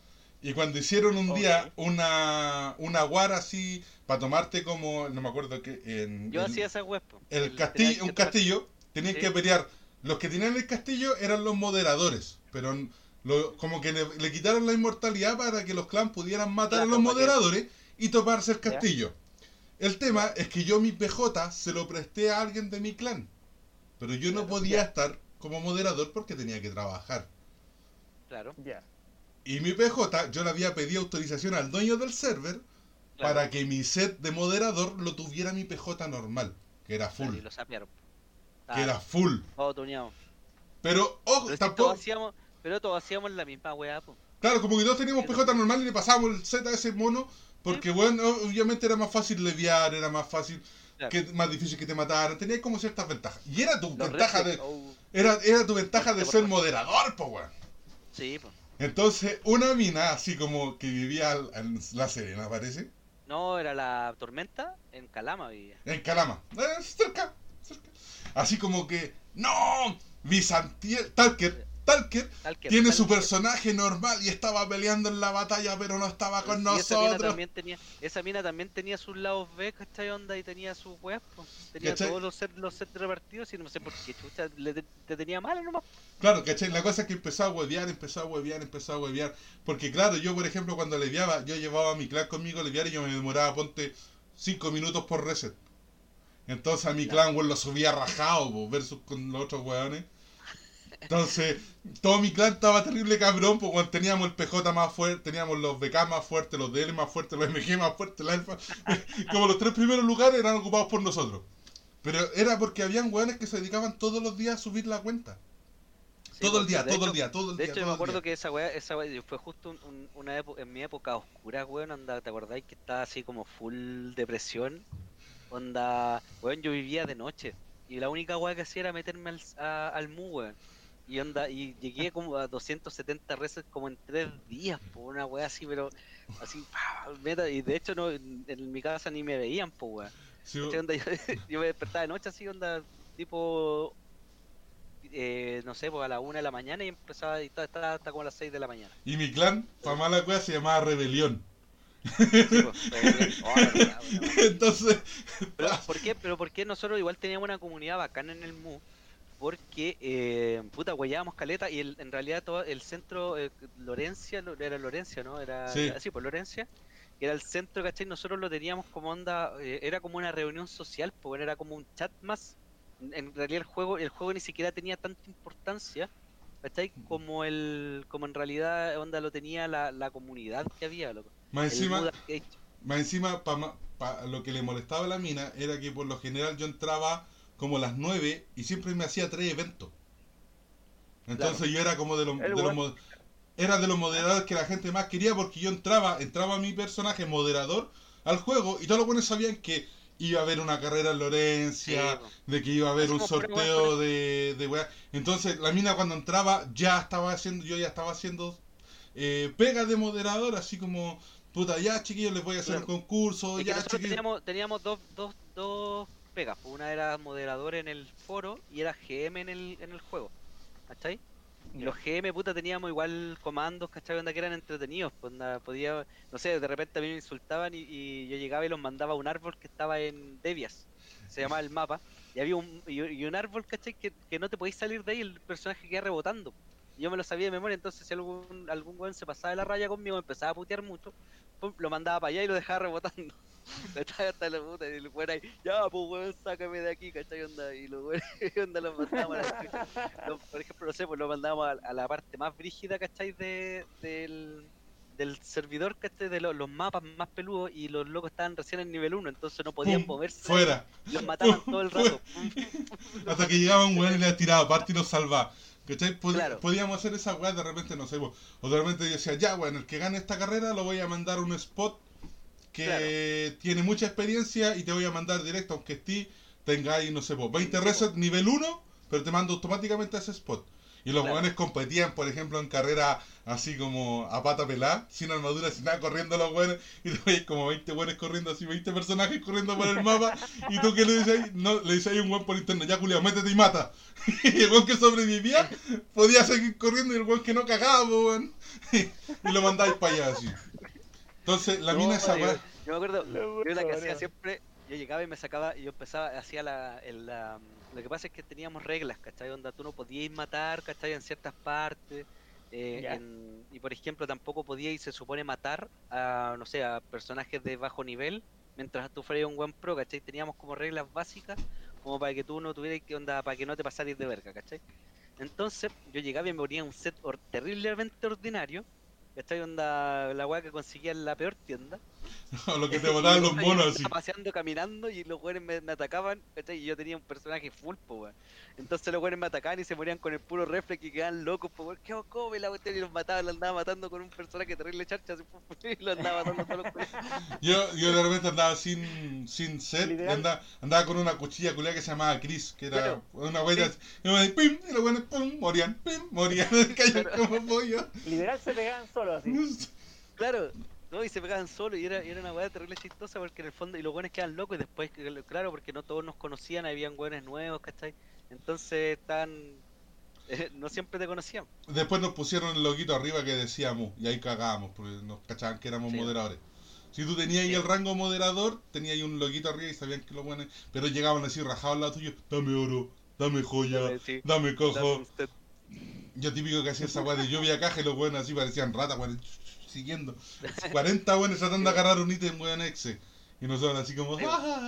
Y cuando hicieron un día Ok. una, una war así, para tomarte como, no me acuerdo qué, en Yo el, hacía esa web, po. el El- castillo, tenía un que tomar- castillo, tenían Sí. que pelear. Los que tenían el castillo eran los moderadores, pero lo- como que le, le quitaron la inmortalidad para que los clans pudieran matar Claro, a los para que- moderadores y tomarse el Ya. castillo. El tema es que yo mi P J se lo presté a alguien de mi clan, pero yo no Claro, podía ya. estar como moderador porque tenía que trabajar. Claro, Ya. Y mi P J, yo le había pedido autorización al dueño del server claro. para que mi set de moderador lo tuviera mi P J normal, que era Claro, full, y lo sapearon. que era full. Todo tuneado. Pero, ojo, Pero, si tampoco, todos hacíamos, pero todos hacíamos la misma weá, po. claro, como que todos teníamos P Pero- J normal y le pasábamos el set a ese mono, porque, bueno, obviamente era más fácil leviar, era más fácil, Claro. que, más difícil que te mataran, tenía como ciertas ventajas. Y era tu Los ventaja reflex- de, oh, era, era tu ventaja de Por ser favor. moderador, po, weón. sí, po. Entonces, una mina, así como que vivía al- en La Serena, parece, No, era la tormenta en Calama vivía. en Calama, eh, cerca, cerca. Así como que, no, Bizantiel, Talker, Talker Tal que- tiene tal su que- personaje normal y estaba peleando en la batalla, pero no estaba con Y esa mina nosotros. también tenía, esa mina también tenía sus lados B, ¿cachai? Onda y tenía sus weas, po. Tenía ¿Cachai? todos los sets, los sets repartidos y no sé por qué chucha le te, te tenía mala nomás. Claro, ¿cachai? La cosa es que empezó a huevear, empezó a huevear, empezó a huevear. Porque claro, yo por ejemplo cuando leviaba, yo llevaba a mi clan conmigo a leviar y yo me demoraba, ponte, cinco minutos por reset. Entonces a mi Claro. clan, weón, lo subía rajado, po, versus con los otros weones. Entonces, todo mi clan estaba terrible cabrón, porque cuando teníamos el P J más fuerte, teníamos los B K más fuertes, los D L más fuertes, los M G más fuertes, la Alfa. Como los tres primeros lugares eran ocupados por nosotros. Pero era porque habían weones que se dedicaban todos los días a subir la cuenta. Sí, todo el porque día, de todo hecho- el día, todo el De día. hecho, yo todo me el acuerdo día. que esa weá, esa weá fue justo un- un- una época, en mi época oscura, weón, onda, ¿te acordáis que estaba así como full depresión? Onda, weón, yo vivía de noche y la única weá que hacía era meterme al, a- al Mu, weón. Y onda, y llegué como a doscientos setenta resets como en tres días, por una weá así, pero así, ¡pah! Meta, y de hecho no, en, en mi casa ni me veían, pues weón. Sí, ¿Cachai? Onda, yo, yo me despertaba de noche así, onda, tipo, eh, no sé, pues a la una de la mañana y empezaba y estaba, estaba hasta como a las seis de la mañana. y mi clan, para mala wea, se llamaba Rebelión. Sí, pues, eh, oh, la verdad, weón. Entonces, Pero ¿por qué? Pero ¿por qué nosotros igual teníamos una comunidad bacana en el Mu? Porque, eh, puta, huellábamos caleta y el- en realidad todo el centro, eh, Lorencia, lo- era Lorencia, ¿no? Era, Sí. era- sí, pues Lorencia, que era el centro, ¿cachai? Nosotros lo teníamos como onda, eh, era como una reunión social, pues era como un chat más En realidad el juego, el juego ni siquiera tenía tanta importancia, ¿cachai? Como el, como en realidad onda lo tenía la, la comunidad que había, loco. Más El encima, mood arcade. más encima pa, pa- lo que le molestaba a la mina era que por lo general yo entraba como a las nueve y siempre me hacía tres eventos. Entonces Claro. yo era como de los, de El los weón- mo- era de los moderadores que la gente más quería porque yo entraba, entraba mi personaje moderador al juego y todos los buenos sabían que iba a haber una carrera en Lorencia, Sí, po. de que iba a haber un Hacemos pura weá con sorteo eso. de, de weá. Entonces la mina cuando entraba ya estaba haciendo, yo ya estaba haciendo eh, pega de moderador, así como, puta, ya chiquillos les voy a hacer Claro. un concurso, Es que ya nosotros chiquillos. teníamos, teníamos dos, dos, dos pegas, pues una era moderador en el foro y era G M en el, en el juego, ¿cachai? Y Ya. los G M, puta, teníamos igual comandos, ¿cachai? Onda que eran entretenidos, pues onda, podía, no sé, de repente a mí me insultaban y, y yo llegaba y los mandaba a un árbol que estaba en Devias, se llamaba el mapa, y había un, y, y un árbol, ¿cachai? Que, que no te podéis salir de ahí, el personaje queda rebotando. Y yo me lo sabía de memoria, entonces si algún, algún weón se pasaba de la raya conmigo, me empezaba a putear mucho, pum, lo mandaba para allá y lo dejaba rebotando. ¿Cachai? Hasta la puta, y el weón ahí, ya, pues weón, sácame de aquí, ¿cachai? Onda, y los weones, onda, los mandábamos a la chucha. Lo- por ejemplo, no sé, pues lo mandábamos a, a la parte más brígida, ¿cachai? De, del, del servidor, ¿cachai? De lo- los mapas más peludos y los locos estaban recién en nivel uno, entonces no podían ¡Pum! moverse de ahí Fuera. y los mataban ¡Pum! todo el Fuera. rato. Pum, pum, pum, los Hasta que llegaba un weón y ¿cachai? le tiraba aparte y los salvaba. ¿Cachai? Pod- Claro, Podíamos hacer esa weá de repente, no sé, po. O de repente yo decía, ya, weón, el que gane esta carrera lo voy a mandar a un spot claro. que tiene mucha experiencia y te voy a mandar directo, aunque esté, tengáis, no sé, po, veinte Sí, po, resets nivel uno, pero te mando automáticamente a ese spot. Y los claro. weones competían, por ejemplo, en carrera así como a pata pelada, sin armadura, sin nada, corriendo los weones, y te veis como veinte weones corriendo así, veinte personajes corriendo por el mapa, y tú que le dices ahí, no, le dices ahí a un weón por interno, ya culiao, métete y mata. Y el weón que sobrevivía podía seguir corriendo y el weón que no cagaba, po, weón. Y lo mandáis para allá así. Entonces, la No, mina esa yo, weá. yo me acuerdo, La yo la que puta hacía madre. siempre, yo llegaba y me sacaba, y yo empezaba, hacía la, el, la- lo que pasa es que teníamos reglas, ¿cachai? Onda, tú no podías matar, ¿cachai? En ciertas partes, eh, Ya. en- y por ejemplo tampoco podíais, se supone, matar a, no sé, a personajes de bajo nivel, mientras tú fueras un buen pro, ¿cachai? Teníamos como reglas básicas, como para que tú no tuvieras que, onda, para que no te pasaras de verga, ¿cachai? Entonces, yo llegaba y me ponía un set or- terriblemente ordinario, ¿cachai? Onda, la weá que conseguía en la peor tienda. O lo que te Y botaban los puta, yo monos me así. estaba paseando, caminando y los güeyes me, me atacaban, ¿cachai? Y yo tenía un personaje full, po, weón. Entonces los güeyes me atacaban y se morían con el puro reflex y quedaban locos, po, weón. ¿Qué hago? ¿Cómo? Y la cuestión y los mataba, los andaba matando con un personaje terrible charcha, así, pu, pu, y los andaba matando todos los güeyes. Yo, yo de repente andaba sin, sin set y Literal. andaba, andaba con una cuchilla culiada que se llamaba Chris, que era Claro, una huella sí. así, y me decía, pim, y los buenos pum, morían, pim, morían, caían Claro. como pollo. Literal se pegaban solos así. Claro, ¿no? Y se pegaban solo y era, y era una weá terrible chistosa porque en el fondo, y los güeyes quedan locos y después, que- claro, porque no todos nos conocían, habían güeyes nuevos, ¿cachai? Entonces estaban, eh, no siempre te conocían. Después nos pusieron el loguito arriba que decíamos, y ahí cagábamos, porque nos cachaban que éramos Sí, moderadores. Si tú tenías ahí sí. el rango moderador, tenías ahí un loguito arriba y sabían que los buenos, pero llegaban así rajados al lado tuyo, dame oro, dame joya, Dame, sí, dame dame cojo. un set. Yo típico que hacía esa weá de lluvia caja y los buenos así parecían ratas, weón, siguiendo. cuarenta buenos tratando de agarrar un ítem, weón, exe. Y nosotros así como... Sí.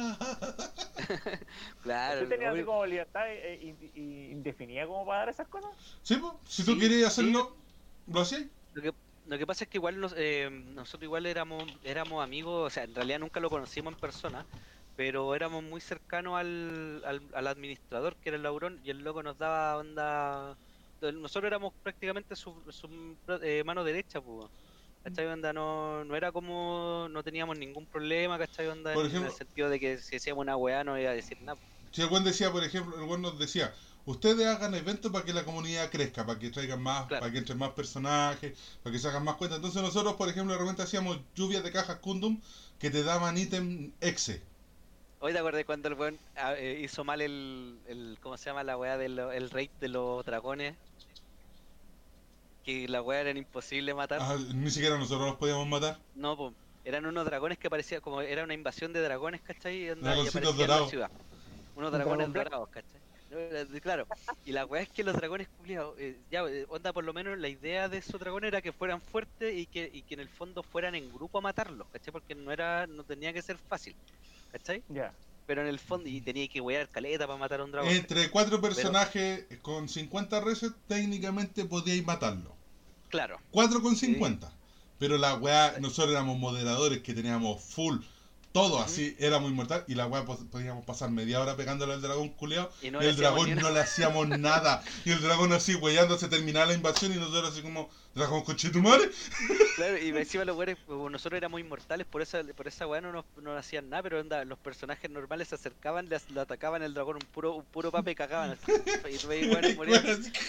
Claro, ¿Usted tenía no, así como libertad eh, in- in- indefinida como para dar esas cosas? Sí, pues, si tú Sí, querías sí. hacerlo, lo hacías. Lo que, lo que pasa es que igual nos, eh, nosotros igual éramos, éramos amigos, o sea, en realidad nunca lo conocimos en persona, pero éramos muy cercanos al, al, al administrador, que era el Laurón, y el loco nos daba onda... Nosotros éramos prácticamente su, su eh, mano derecha, pues. ¿Cachai? Onda, no, no era como... No teníamos ningún problema, ¿cachai? Onda, Por en ejemplo- el sentido de que si hacíamos una weá no iba a decir nada. Si el buen decía, por ejemplo, el buen nos decía, ustedes hagan eventos para que la comunidad crezca, para que traigan más, Claro. para que entren más personajes, para que se hagan más cuentas. Entonces nosotros, por ejemplo, de repente hacíamos lluvias de cajas Kundum que te daban ítem exe. Hoy te acordé cuando el weón ah, eh, hizo mal el, el... ¿Cómo se llama la weá del el raid de los dragones? Que la weá era imposible matar. Ah, ni siquiera nosotros los podíamos matar. No, po, eran unos dragones que parecían como era una invasión de dragones, ¿cachai? Y, onda, y Dragoncitos aparecían en la dorados. ciudad. Unos Un dragones dragón black. dorados, ¿cachai? No, era de- Claro, y la weá es que los dragones culiados, eh, ya, eh, onda, por lo menos la idea de esos dragones era que fueran fuertes y que, y que en el fondo fueran en grupo a matarlos, ¿cachai? Porque no era, no tenía que ser fácil, ¿cachai? Ya. pero en el fondo, y tenía que wear caleta para matar a un dragón. Entre cuatro personajes con cincuenta resets, técnicamente podíais matarlo. Claro. cuatro con cincuenta. Sí. Pero la weá, nosotros éramos moderadores que teníamos full, todo así, era muy mortal. Y la weá podíamos pasar media hora pegándole al dragón culeado. Y, no y el dragón no le hacíamos nada. Y el dragón así weyando, se terminaba la invasión y nosotros así como, dragón conchetumare. Claro, y encima los weones, nosotros éramos inmortales, por esa, por esa weá no nos, no nos hacían nada, pero onda, los personajes normales se acercaban, le, le atacaban el dragón, un puro, un puro pape y cagaban así. Y tú veis weones morir.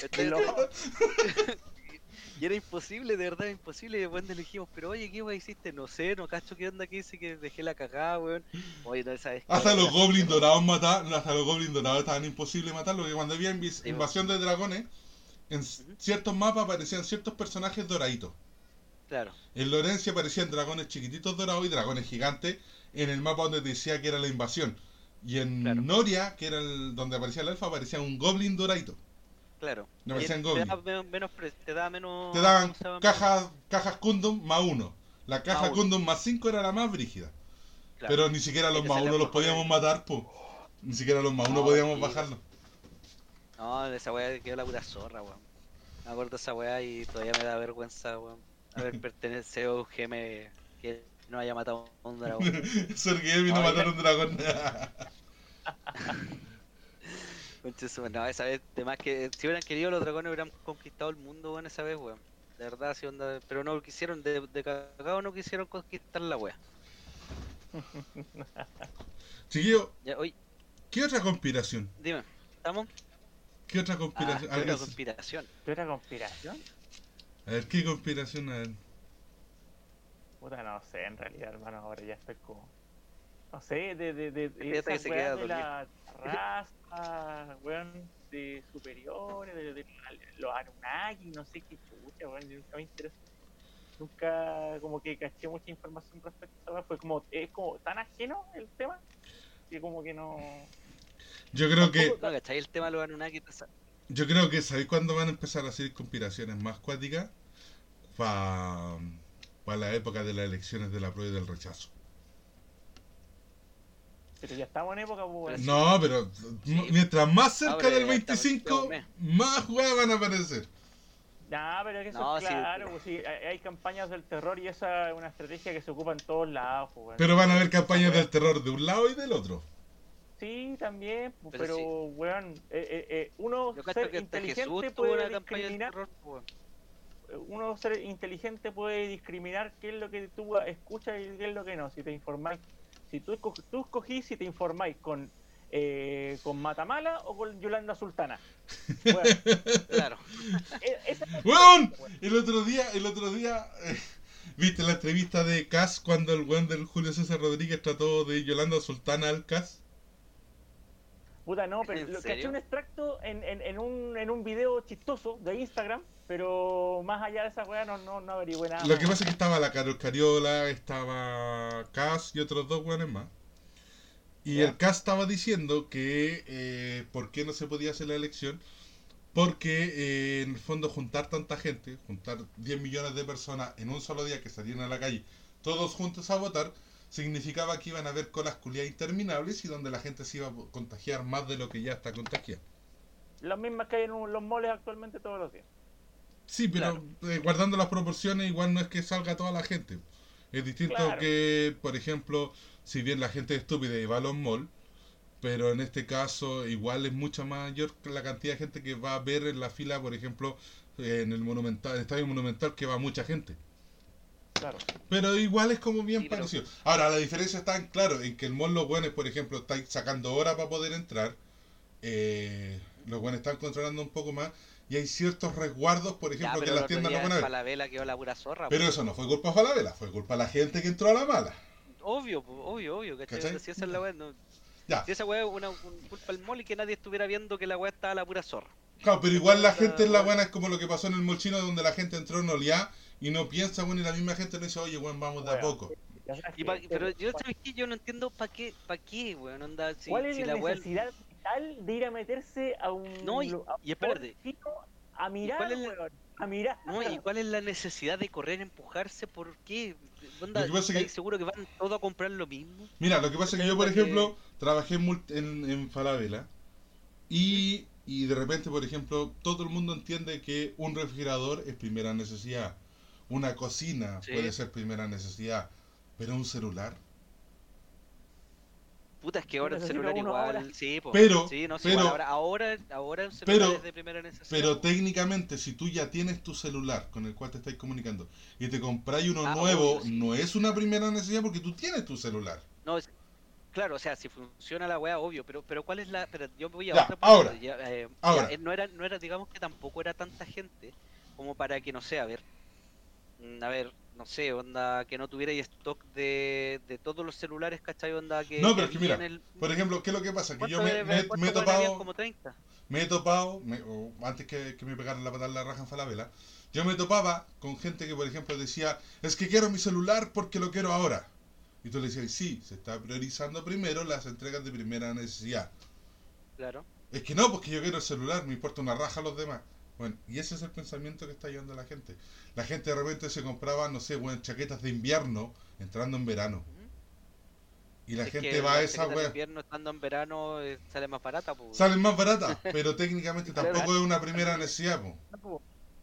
Y era imposible, de verdad imposible. Y después le dijimos, pero oye, ¿qué weón hiciste? No sé, no cacho qué onda que hice, que dejé la cagada, weón. Oye, no sabes. Hasta los goblins dorados mataban, hasta los goblins dorados estaban imposibles matarlos, porque cuando había inv sí, invasión de dragones, en uh-huh. ciertos mapas aparecían ciertos personajes doraditos. Claro. En Lorencia aparecían dragones chiquititos dorados y dragones gigantes en el mapa donde te decía que era la invasión. Y en claro. Noria, que era el, donde aparecía el elfa, aparecía un goblin doradito. Claro. No me decían te, da menos, menos, te da menos. Te daban cajas, cajas Kundum más uno. La caja más Kundum más cinco era la más brígida. Claro. Pero ni siquiera los más uno los podíamos matar, po. Ni siquiera los más uno no, podíamos sí, bajarlos. No, esa weá quedó la pura zorra, weón. Me acuerdo de esa weá y todavía me da vergüenza, weón. Haber pertenecido a un G M que no haya matado a un dragón. Sergei vino a matar a un dragón. No, esa vez, además que si hubieran querido los dragones hubieran conquistado el mundo, weón, esa vez, weón. De verdad, sí, onda, pero no lo quisieron, de, de cagado no quisieron conquistar la wea. Chiquillo, ¿qué otra conspiración? Dime, ¿estamos? ¿Qué otra conspiración? Ah, ¿qué otra conspiración? ¿Qué otra conspiración? A ver, ¿qué conspiración? A ver. Puta, no sé, en realidad, hermano, ahora ya estoy como... No sé, de, de, de, de esa esa weá de la raza, weón, de superiores, de, de, de los Anunnaki, no sé qué chucha, weón, nunca me interesó. Nunca como que caché mucha información respecto a esa weá, fue como, es como tan ajeno el tema, que como que no... Yo creo que... No, ¿cachai? El tema de los Anunnaki... Yo creo que, ¿sabéis cuándo van a empezar a hacer conspiraciones más cuáticas? Para pa la época de las elecciones de la prueba y del rechazo. Pero ya estamos en época, pues. No, pero sí, mientras más cerca del veinticinco, más juegos van a aparecer. No, pero es que eso no, es claro, sí. Pues, sí, hay, hay campañas del terror y esa es una estrategia que se ocupa en todos lados. Pues, pero van a haber campañas del terror de un lado y del otro. Sí, también, pues, pero, pero sí. Weón, eh, eh, eh, uno Yo ser inteligente puede discriminar. Terror, pues. Uno ser inteligente puede discriminar qué es lo que tú escuchas y qué es lo que no, si te informáis. Si tú, tú escogís si te informáis con eh, con Matamala o con Yolanda Sultana. Bueno, claro. ¡Weón! El otro día, el otro día, eh, ¿viste la entrevista de Cass cuando el weón del Julio César Rodríguez trató de Yolanda Sultana al Cass? Puta, no, pero lo caché un extracto en, en, en, un, en un video chistoso de Instagram, pero más allá de esa weá no, no, no averigüé nada. Lo más. Que pasa es que estaba la Carol Cariola, estaba Cass y otros dos weones más. Y yeah. El Cass estaba diciendo que eh, por qué no se podía hacer la elección, porque eh, en el fondo juntar tanta gente, juntar diez millones de personas en un solo día que salían a la calle, todos juntos a votar, significaba que iban a haber colas culiadas interminables y donde la gente se iba a contagiar más de lo que ya está contagiada. Las mismas que hay en los moles actualmente todos los días. Sí, pero claro. eh, guardando las proporciones, igual no es que salga toda la gente. Es distinto claro. Que, por ejemplo, si bien la gente es estúpida y va a los malls, pero en este caso igual es mucha mayor la cantidad de gente que va a ver en la fila, por ejemplo, eh, en el Monumental, el Estadio Monumental, que va mucha gente. Claro. Pero igual es como bien sí, pero... parecido. Ahora, la diferencia está en claro, en que el mall los buenos, por ejemplo, están sacando horas para poder entrar. Eh, los buenos están controlando un poco más. Y hay ciertos resguardos, por ejemplo, ya, que las tiendas no van a ver. Falabella quedó la pura zorra, pero pues. Eso no fue culpa de Falabella, fue culpa de la gente que entró a la mala. Obvio, obvio, obvio, ¿cachai? Si esa es la weá, no... Ya. Si esa weá es una, una culpa del mall y que nadie estuviera viendo que la weá estaba la pura zorra. Claro, pero igual la gente en la buena es como lo que pasó en el mall chino, donde la gente entró en oleá y no piensa, bueno, y la misma gente le dice, oye, weón, vamos de a poco. Y pa, pero yo, ¿sabes qué? Yo no entiendo para qué, para qué, weón, onda, si, ¿cuál es si la, la necesidad vital de ir a meterse a un... No, y, a y espérate. A mirar, ¿Y cuál es la, weón, a mirar. No, ¿y cuál es la necesidad de correr, empujarse? ¿Por qué? onda, Lo que pasa es ¿estáis que- seguro que van todos a comprar lo mismo? Mira, lo que pasa es que yo, por Onda que- ejemplo, trabajé en, mul- en, en Falabella y, y de repente, por ejemplo, todo el mundo entiende que un refrigerador es primera necesidad, una cocina Sí. puede ser primera necesidad, pero un celular. Puta, es que Yo ahora el necesito celular uno igual, ahora. sí, po. Pero- sí, no, sí, pero- igual, ahora, ahora, ahora el celular pero- es de primera necesidad. Pero po. técnicamente, si tú ya tienes tu celular con el cual te estáis comunicando y te compráis uno Ah, nuevo, obvio, sí. no es una primera necesidad porque tú tienes tu celular. No, es- claro, o sea, si funciona la weá, obvio, pero pero ¿cuál es la...? Pero yo voy a Ya, otra punto, ahora, ya, eh, ahora. ya, eh, no era, no era, digamos que tampoco era tanta gente como para que, no sé, a ver, mm, a ver, no sé, onda, que no tuviera stock de, de todos los celulares, ¿cachai? Onda que... No, pero es que había mira, en el- Por ejemplo, ¿qué es lo que pasa? Que yo ¿cuántos me, de- me- cuántos me he weones habían? topado... Como treinta. Me he topado, me- o antes que, que me pegaran la patada en la raja en Falabella, yo me topaba con gente que, por ejemplo, decía, es que quiero mi celular porque lo quiero ahora. Y tú le decías, sí, se está priorizando primero las entregas de primera necesidad. Claro. Es que no, porque yo quiero el celular, me importa una raja a los demás. Bueno, y ese es el pensamiento que está llevando la gente. La gente de repente se compraba, no sé, bueno, chaquetas de invierno entrando en verano. Ujú. Y la Es gente que va a la esa chaqueta de wea. invierno estando en verano eh, sale más barata, pues. Salen más baratas, pero técnicamente Claro. tampoco es una primera necesidad, po. No, po.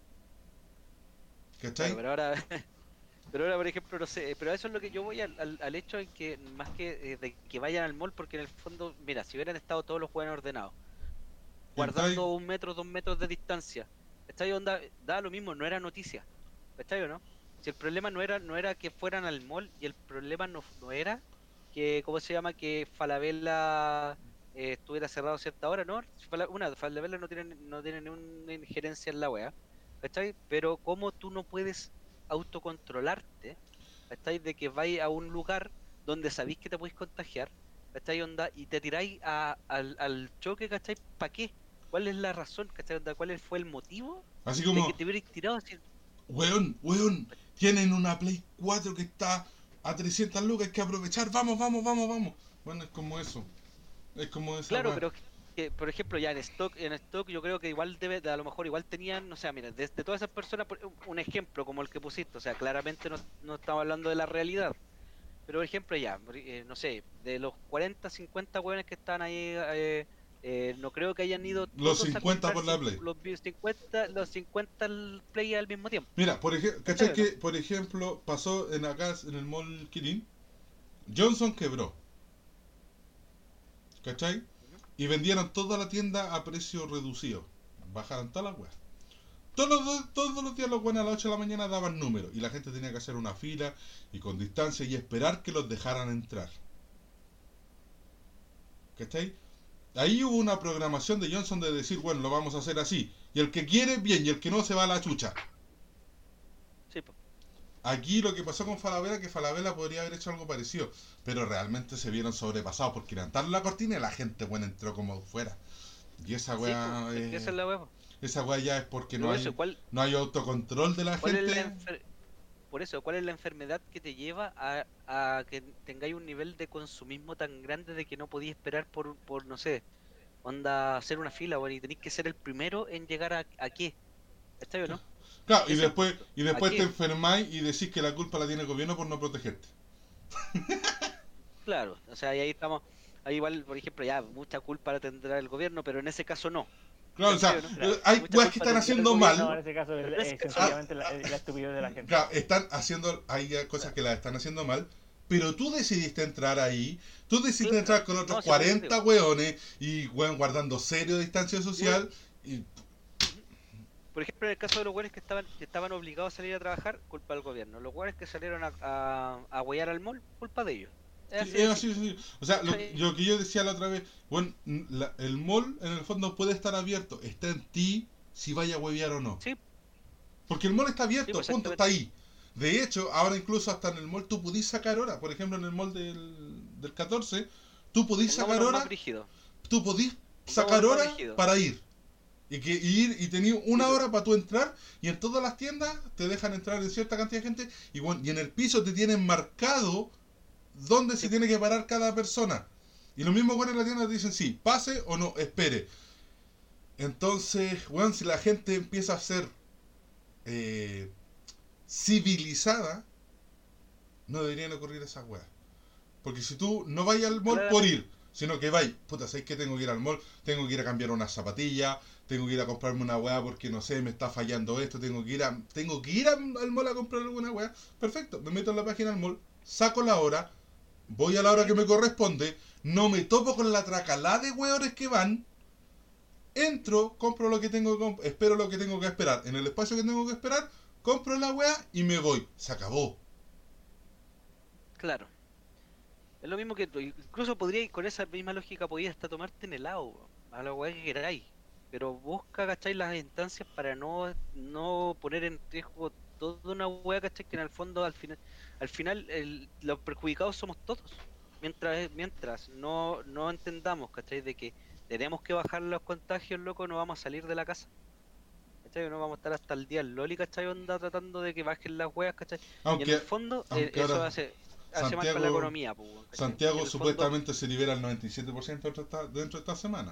¿Cachai? Pero ahora, pero ahora, por ejemplo, no sé, pero eso es lo que yo voy al, al, al hecho en que más que eh, de que vayan al mall, porque en el fondo, mira, si hubieran estado todos los juegos ordenados, guardando un metro, dos metros de distancia, ¿cachai? Onda, da lo mismo, no era noticia, ¿cachai o no? Si el problema no era, no era que fueran al mall y el problema no, no era que, ¿cómo se llama? Que Falabella eh, estuviera cerrado a cierta hora, ¿no? Si Fala- Una, Falabella no tiene, no tiene ninguna injerencia en la wea, ¿cachai? Pero cómo tú no puedes autocontrolarte, ¿cachai? De que vais a un lugar donde sabéis que te podéis contagiar, ¿cachai? Onda, y te tiráis a- al, al choque, ¿cachai? ¿Para qué? ¿Cuál es la razón, ¿cachai? Onda, ¿cuál fue el motivo Así de como, que te hubierais tirado así? weón, weón, tienen una Play cuatro que está a trescientas lucas, hay que aprovechar, vamos, vamos, vamos, vamos. Bueno, es como eso. Es como eso. Claro, pero que, por ejemplo, ya en stock, en stock yo creo que igual debe, a lo mejor igual tenían, o sea, mira, de, de todas esas personas, por- un ejemplo como el que pusiste, o sea, claramente no, no estamos hablando de la realidad, pero por ejemplo ya, por- eh, no sé, de los cuarenta, cincuenta hueones que están ahí, eh, eh, no creo que hayan ido Los todos a cincuenta por comprar la Play. Los vi- cincuenta, los cincuenta Play al mismo tiempo. Mira, por ejemplo, ¿cachai ¿Cachai, que, por ejemplo, pasó en acá, en el mall Kirin? Johnson quebró. ¿Cachai? Y vendieron toda la tienda a precio reducido. Bajaron todas las weas. Todos los, todos los días los buenos a las ocho de la mañana daban números. Y la gente tenía que hacer una fila y con distancia y esperar que los dejaran entrar. ¿Cachai? Ahí hubo una programación de Johnson de decir, bueno, lo vamos a hacer así. Y el que quiere, bien, y el que no, se va a la chucha. Sí, po. Aquí lo que pasó con Falabella, que Falabella podría haber hecho algo parecido, pero realmente se vieron sobrepasados porque levantaron la cortina y la gente, bueno, entró como fuera. Y esa Sí, weá, po, es que eh, esa es la wea, po. esa weá ya es porque Pero no eso, hay, ¿cuál, no hay autocontrol de la ¿Cuál es la gente. enfer- Por eso, ¿cuál es la enfermedad que te lleva a, a que tengáis un nivel de consumismo tan grande de que no podías esperar por, por no sé, onda, hacer una fila, bueno, y tenéis que ser el primero en llegar a, a qué? ¿Está bien, no? Claro, y ese después, punto. y después ¿A te qué? enfermáis y decís que la culpa la tiene el gobierno por no protegerte. Claro, o sea, y ahí estamos, ahí igual, por ejemplo, ya, mucha culpa la tendrá el gobierno, pero en ese caso no. Claro, o sea, ¿Sí o no? eh, hay Mucha weas que culpa están tendrá el haciendo gobierno, No, en mal. ese caso es, Es es que- sencillamente la, es la estupidez de la gente. Claro, están haciendo, hay cosas que las están haciendo mal, pero tú decidiste entrar ahí, tú decidiste Claro, entrar con otros no, sí, por eso cuarenta digo. weones y weón guardando serio distancia social y Por ejemplo, en el caso de los güeyes que estaban, que estaban obligados a salir a trabajar, culpa del gobierno. Los güeyes que salieron a, a, a huear al mall, culpa de ellos. Es sí, así de es así, sí. O sea, lo, Sí. lo que yo decía la otra vez, bueno, la- el mall en el fondo puede estar abierto, está en ti si vaya a huevear o no. Sí. Porque el mall está abierto, Sí, pues, punto, está ahí. De hecho, ahora incluso hasta en el mall tú pudís sacar hora. Por ejemplo, en el mall del, del catorce, tú pudís sacar Pongámonos hora, más brígido. tú podís Pongámonos sacar más hora rígido. para ir. Y que y ir y tenías una Sí, hora para tú entrar y en todas las tiendas te dejan entrar en cierta cantidad de gente y, bueno, y en el piso te tienen marcado dónde se Sí. tiene que parar cada persona. Y lo mismo bueno en la tienda te dicen sí, pase o no, espere. Entonces, bueno, si la gente empieza a ser eh, civilizada, no deberían ocurrir esas weas. Porque si tú no vas al mall Claro. por ir, sino que vais, puta, ¿sabes que tengo que ir al mall? Tengo que ir a cambiar unas zapatillas, tengo que ir a comprarme una wea porque no sé, me está fallando esto, tengo que ir a, tengo que ir a- al mall a comprar alguna wea. Perfecto, me meto en la página del mall, saco la hora, voy a la hora que me corresponde, no me topo con la tracalá de weones que van, entro, compro lo que tengo que comp- espero lo que tengo que esperar, en el espacio que tengo que esperar, compro la wea y me voy. Se acabó. Claro. Es lo mismo que tú, incluso podría, con esa misma lógica, podías hasta tomarte en helado, weón, a la weá que queráis. Pero busca, ¿cachai? Las instancias para no, no poner en riesgo toda una weá, ¿cachai? Que en el fondo, al final, al final el- los perjudicados somos todos. Mientras, mientras no, no entendamos, ¿cachai? De que tenemos que bajar los contagios, loco, no vamos a salir de la casa. ¿Cachai? No vamos a estar hasta el día del Loli, ¿cachai? Onda tratando de que bajen las weas, ¿cachai? Y en Aunque, el fondo, eh, aunque eso ahora hace, hace mal para la Santiago, economía, pues, weón, ¿cachai? Y en Santiago el fondo, supuestamente se libera el noventa y siete por ciento dentro de esta, dentro de esta semana.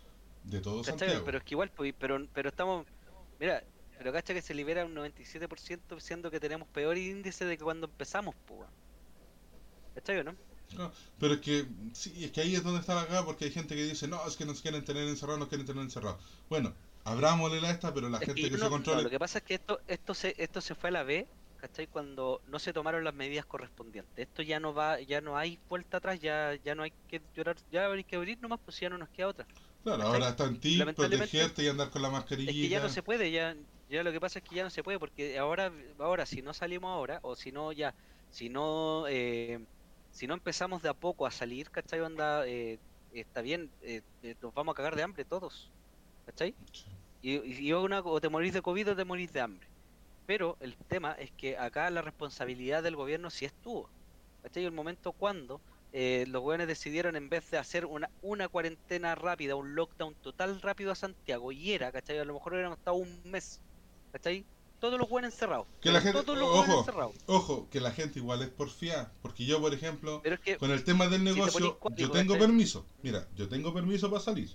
De todo ¿cachai? Santiago. Pero es que igual, pues, pero, pero estamos, mira, pero cacha que se libera un noventa y siete por ciento siendo que tenemos peor índice de que cuando empezamos, pues, weón. ¿Cachai o no? No, pero es que, sí, es que ahí es donde está la cagada, porque hay gente que dice, no, es que nos quieren tener encerrados, nos quieren tener encerrados. Bueno, abrámosle la esta, pero la Es gente que que yo se no, controle. no, lo que pasa es que esto, esto se, esto se fue a la B, ¿cachai? Cuando no se tomaron las medidas correspondientes. Esto ya no va, ya no hay vuelta atrás, ya, ya no hay que llorar, ya hay que abrir nomás, pues ya no nos queda otra. Claro, ¿cachai? ahora está en ti Lamentablemente, protegerte y andar con la es que ya mascarilla. no se puede, ya, ya lo que pasa es que ya no se puede, porque ahora, ahora si no salimos ahora, o si no ya, si no, eh, si no empezamos de a poco a salir, ¿cachai? Onda, eh, está bien, eh, eh, nos vamos a cagar de hambre todos, ¿cachai? Y, y, y una, o te morís de COVID o te morís de hambre. Pero el tema es que acá la responsabilidad del gobierno sí estuvo. ¿Cachai? El momento cuando eh, los gobiernos decidieron, en vez de hacer una, una cuarentena rápida, un lockdown total rápido a Santiago, y era, ¿cachai? A lo mejor hubieran estado un mes, ¿cachai? Todos los buenos encerrados. Que la pero gente, todos los buenos ojo, encerrados. ojo, que la gente igual es porfiada. Porque yo, por ejemplo, Pero es que, con el tema del si te ponís negocio, yo cuático, tengo ¿cachai? permiso. Mira, yo tengo permiso para salir.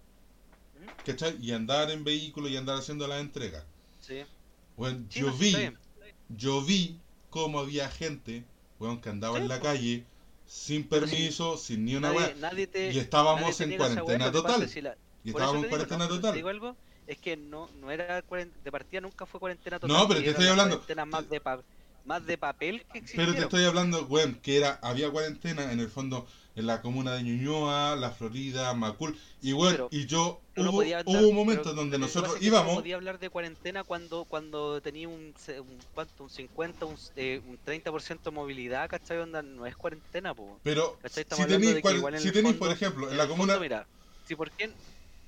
¿Mm? ¿Cachai? Y andar en vehículo y andar haciendo las entregas. Sí. Bueno, Sí, yo no, sí, vi, está bien. yo vi cómo había gente, weón, que andaba Sí, en la po. calle, sin Pero si permiso, sin ni una Nadie, weá. nadie te, Y nadie estábamos te en niega esa weá, cuarentena lo que pasa total. es si la- Y por eso estábamos te en digo, no, cuarentena pero te total. digo algo, es que no, no era cuaren- de partida nunca fue cuarentena total, No, pero y te eran estoy las hablando. cuarentenas más de pa- más de papel que Pero te existieron. estoy hablando, weón, que era, había cuarentena en el fondo en la comuna de Ñuñoa, La Florida, Macul. Y Sí, weón, pero y yo, tú no hubo, podías hablar, hubo un momento pero donde lo que pasa nosotros es que tú no íbamos, podías hablar de cuarentena cuando cuando tenía un, se- un cuánto, un cincuenta, un, eh, un treinta por ciento de movilidad, ¿cachai? Onda, no es cuarentena, po. pero ¿Cachai? si Estamos hablando tenéis, de que cuar- igual en si el tenéis, fondo, por ejemplo, en en la el comuna, fondo, mira, si por qué,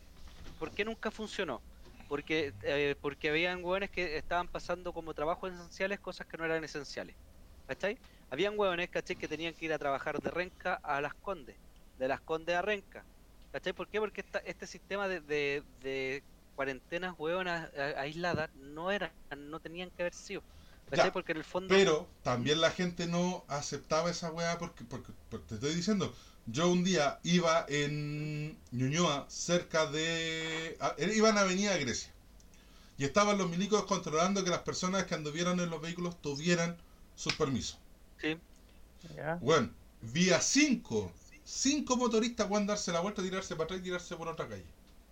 ¿por qué nunca funcionó? Porque, eh, porque habían hueones que estaban pasando como trabajos esenciales cosas que no eran esenciales. ¿Cachai? Habían hueones, ¿cachai? Que tenían que ir a trabajar de Renca a Las Condes, de Las Condes a Renca. ¿Cachai? ¿Por qué? Porque esta, este sistema de, de, de cuarentenas hueonas a- aisladas no eran, no tenían que haber sido. ¿Cachai? ya, Porque en el fondo... pero también la gente no aceptaba esa weá porque, porque, porque te estoy diciendo, yo un día iba en Ñuñoa, cerca de, a- iba en Avenida Grecia. Y estaban los milicos controlando que las personas que anduvieran en los vehículos tuvieran sus permisos. Sí, Ya. Bueno, vi a cinco, cinco motoristas, weón, darse la vuelta, tirarse para atrás y tirarse por otra calle.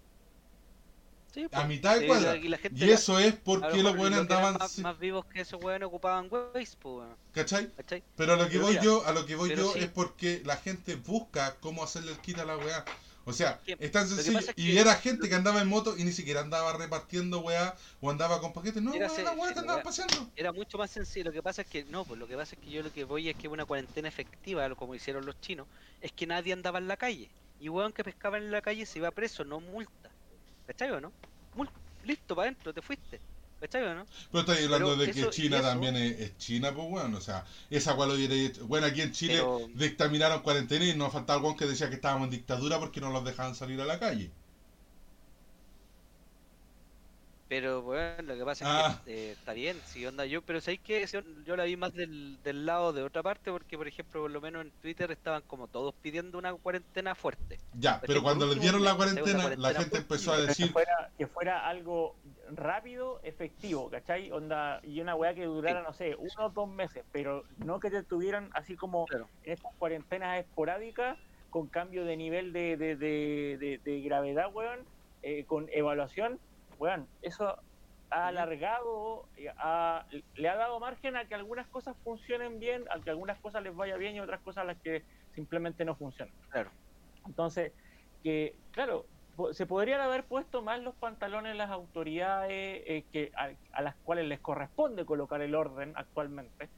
sí, A pues. mitad de Eh, cuadra. la- y la gente Y la- eso es a lo porque los mejor weones los que eran andaban, más, sin- más vivos que esos hueones ocupaban Waze, pues, weón. ¿cachai? ¿Cachai? Pero a lo que Pero voy mira, yo, a lo que voy pero yo sí. es porque la gente busca cómo hacerle el quita a la weá. O sea, Que- es tan lo que sencillo. pasa es Y que- era gente lo- que andaba en moto y ni siquiera andaba repartiendo weá o andaba con paquetes. No, Era weón, se- la weá se- que andaban weá. paseando. Era mucho más sencillo. Lo que pasa es que no, pues lo que pasa es que yo lo que voy es que una cuarentena efectiva, lo- como hicieron los chinos, es que nadie andaba en la calle. Y weón que pescaba en la calle se iba preso, no multa. ¿Cachai o no? Mul- Listo, para adentro, te fuiste. ¿Cachai o no? Pero estoy hablando Pero de que eso- China y eso- también es, es China, pues weón. O sea, esa weá lo hubiera hecho. Bueno, aquí en Chile Pero- dictaminaron cuarentena y nos faltaba algún que decía que estábamos en dictadura porque no los dejaban salir a la calle. Pero bueno, lo que pasa Ah. es que eh, está bien, si onda yo, pero ¿sabéis qué? Si Yo la vi más del, del lado de otra parte, porque por ejemplo, por lo menos en Twitter estaban como todos pidiendo una cuarentena fuerte. Ya, ¿Cachai? pero Por cuando les último, dieron un la mes, ¿cachai? Una cuarentena, la cuarentena gente fuerte y empezó a un mes. Que decir, fuera, que fuera algo rápido, efectivo, ¿cachai? Onda, y una weá que durara, no sé, uno o dos meses, pero no que te tuvieran así como Claro, en estas cuarentenas esporádicas, con cambio de nivel de, de, de, de, de gravedad, weón, eh, con evaluación, weón, eso ha Ujú. alargado, eh, ha- le ha dado margen a que algunas cosas funcionen bien, a que algunas cosas les vaya bien y otras cosas a las que simplemente no funcionan. claro. Entonces, que claro, po- se podrían haber puesto más los pantalones las autoridades eh, que, a, a las cuales les corresponde colocar el orden actualmente.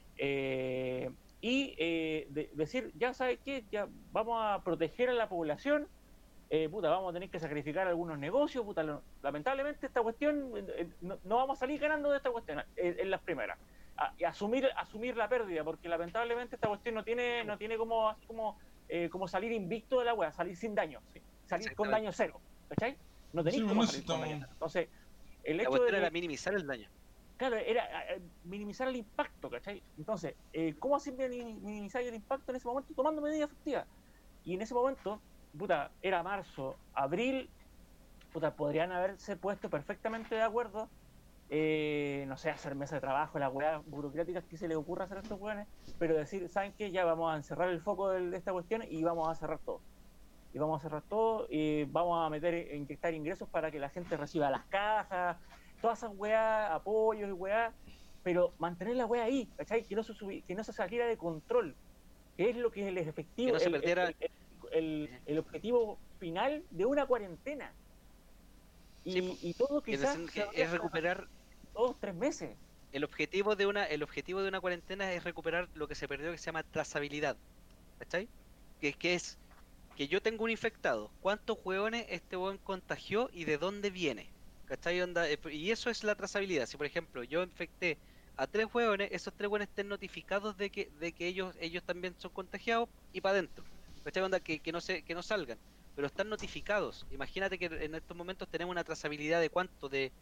eh, y eh, de- decir, ya sabes qué, ya vamos a proteger a la población, eh, puta, vamos a tener que sacrificar algunos negocios, puta, lo- lamentablemente esta cuestión, eh, eh, no, no vamos a salir ganando de esta cuestión eh, en las primeras. A- y asumir, asumir la pérdida, porque lamentablemente esta cuestión no tiene, no tiene como, así como, eh, como salir invicto de la wea, salir sin daño, ¿sí? Salir con Exactamente. daño cero, ¿cachai? No sí, tenéis no cómo salir con daño necesitamos... cero. Entonces, el La hecho de cuestión era que, minimizar el daño. claro, era eh, minimizar el impacto, ¿cachai? Entonces, eh, ¿cómo así minimizar el impacto en ese momento? Tomando medidas efectivas. Y en ese momento, puta, era marzo, abril, puta, podrían haberse puesto perfectamente de acuerdo, eh, no sé, hacer mesa de trabajo, las weas burocráticas que se les ocurra hacer a estos weones, pero decir, ¿saben qué? Ya vamos a encerrar el foco de, de esta cuestión y vamos a cerrar todo. Y vamos a cerrar todo y vamos a meter, inyectar ingresos para que la gente reciba las cajas, todas esas weas, apoyos y weas, pero mantener la wea ahí, ¿cachai? Que no se, subi, que no se saliera de control, que es lo que es el Que efectivo, no se el, el, perdiera. el, el, el objetivo final de una cuarentena. Sí, Y, po, y todo que quizás es, se que es recuperar. dos, tres meses. El objetivo de una, el objetivo de una cuarentena es recuperar lo que se perdió, que se llama trazabilidad. ¿Cachai? Que, que es que yo tengo un infectado, cuántos hueones este hueón contagió y de dónde viene. ¿Cachai? Onda? Eh, Y eso es la trazabilidad. Si por ejemplo yo infecté a tres hueones, esos tres hueones estén notificados de que, de que ellos, ellos también son contagiados y para adentro. ¿Cachai? Onda? Que, que no se, que no salgan. Pero están notificados. Imagínate que en estos momentos tenemos una trazabilidad de cuánto, de,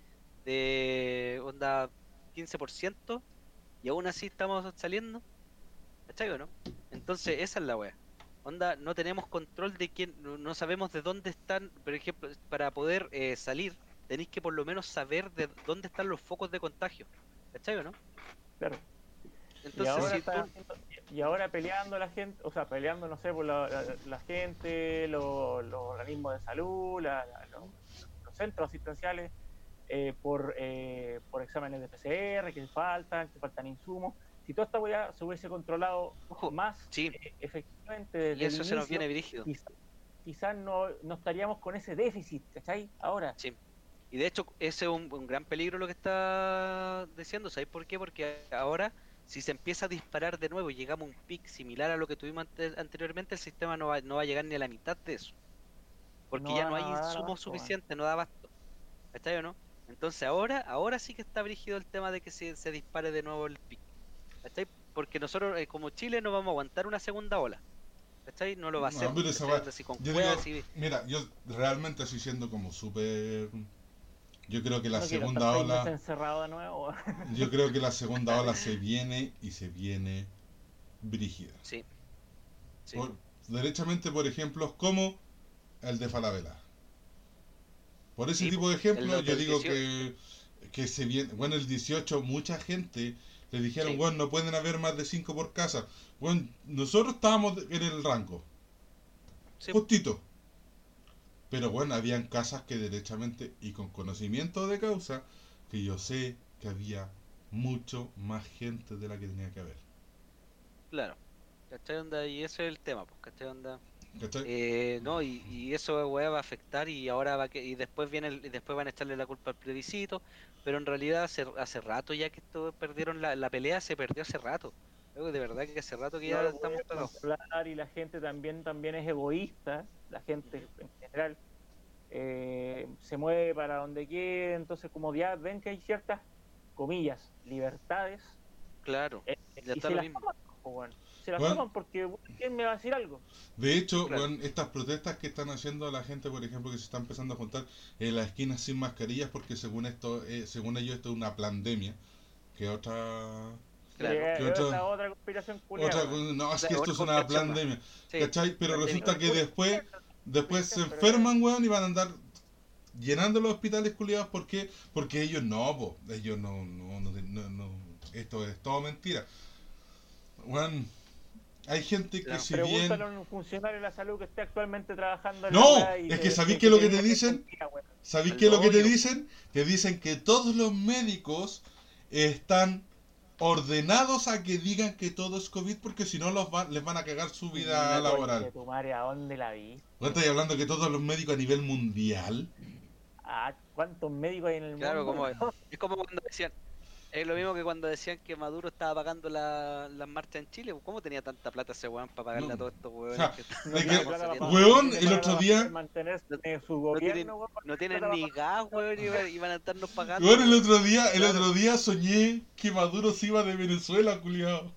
de onda quince por ciento y aún así estamos saliendo. ¿Cachai o no? Entonces, esa es la wea. Onda, no tenemos control de quién, no, no sabemos de dónde están, por ejemplo, para poder eh, salir, tenéis que por lo menos saber de dónde están los focos de contagio. ¿Cachai o no? Claro. Y Entonces, ahora si está tú, haciendo- y ahora peleando la gente, o sea, peleando, no sé, por la, la, la gente, los, los organismos de salud, la, la, los, los centros asistenciales, eh, por, eh, por exámenes de P C R que faltan, que faltan insumos. Si toda esta weá se hubiese controlado ojo, más sí, eh, efectivamente y desde el eso se nos inicio, viene brígido. quizás quizá no, no estaríamos con ese déficit, ¿cachai? Ahora. Sí. Y de hecho, ese es un, un gran peligro lo que está diciendo. ¿Sabéis por qué? Porque ahora, si se empieza a disparar de nuevo y llegamos a un pic similar a lo que tuvimos ante- anteriormente, el sistema no va, no va a llegar ni a la mitad de eso. Porque No ya van no a hay dar insumos abasto, weón. suficientes, no da abasto. ¿Cachai o no? Entonces ahora, ahora sí que está brígido el tema de que se, se dispare de nuevo el pic. ¿Cachai? Porque nosotros, eh, como Chile, no vamos a aguantar una segunda ola. ¿Cachai? No lo va a No, hacer. pero esa ¿Cachai? wea- Onda así con yo cuevas, digo, así. mira, yo realmente estoy siendo como súper... Yo creo que la No quiero estar segunda seis meses ola, encerrado de nuevo. yo creo que la segunda ola se viene y se viene brígida. Sí, sí. Por, derechamente, por ejemplos como el de Falabella. Por ese Sí, tipo de el ejemplos, yo del digo dieciocho. que, que se viene. Bueno, el dieciocho, mucha gente le dijeron, Sí. bueno, no pueden haber más de cinco por casa. Bueno, nosotros estábamos en el rango, Sí, justito. Pero bueno, habían casas que derechamente y con conocimiento de causa, que yo sé que había mucho más gente de la que tenía que haber. claro. ¿Cachai? Onda? Y ese es el tema, pues, ¿cachai? Onda? ¿Cachai? Eh, no, y, y eso weá, va a afectar y ahora va que, y después viene el- y después van a echarle la culpa al plebiscito, pero en realidad hace, hace rato ya que esto perdieron la, la pelea, se perdió hace rato. Luego, de verdad que hace rato que No ya lo estamos puede cagados. controlar y la gente también, también es egoísta, la gente en general eh, se mueve para donde quiere, entonces como ya ven que hay ciertas, comillas, libertades, Claro, eh, ya y está se lo las mismo. toman, pues, bueno, se la Bueno. toman porque ¿quién me va a decir algo? De hecho, Claro. weón, estas protestas que están haciendo la gente, por ejemplo, que se está empezando a juntar en las esquinas sin mascarillas, porque según esto, eh, según ellos, esto es una pandemia, que otra, Claro. Eh, ¿Qué otra- esa otra conspiración culiada. otra, no, es que Claro, esto es otra una conspiración más. pandemia, Sí. ¿cachai? Pero Pandemia. resulta que después, después se enferman, weón, y van a andar llenando los hospitales culiados, ¿por qué? Porque ellos no, po, ellos no, no, no, no, no, esto es todo mentira, weón. Hay gente que Claro. si Pregúntale bien... a un funcionario de la salud que esté actualmente trabajando en No, la weá y es que te- ¿sabéis te- qué es lo que te diga dicen? es mentira, weón. ¿Sabéis Al qué es lo que te hoyo. dicen? Te dicen que todos los médicos están ordenados a que digan que todo es COVID porque si no los van, les van a cagar su vida Conche laboral. tu madre, ¿a dónde la vi? ¿No estáis hablando que todos los médicos a nivel mundial? Ah, ¿cuántos médicos hay en el Claro, mundo? como, es como cuando decían, es lo mismo que cuando decían que Maduro estaba pagando la- las marchas en Chile. ¿Cómo tenía tanta plata ese weón para pagarle No. a todos estos weones? O sea, que están- No de tiene que- plata para no pagar, weón, tiene el plata otro para día- mantener no- eh, su no tienen, gobierno, weón, no tienen plata ni para pagar. gas, weón, y van- y van a estarnos pagando. Bueno, el otro día, el Claro. otro día soñé que Maduro se iba de Venezuela, culiado.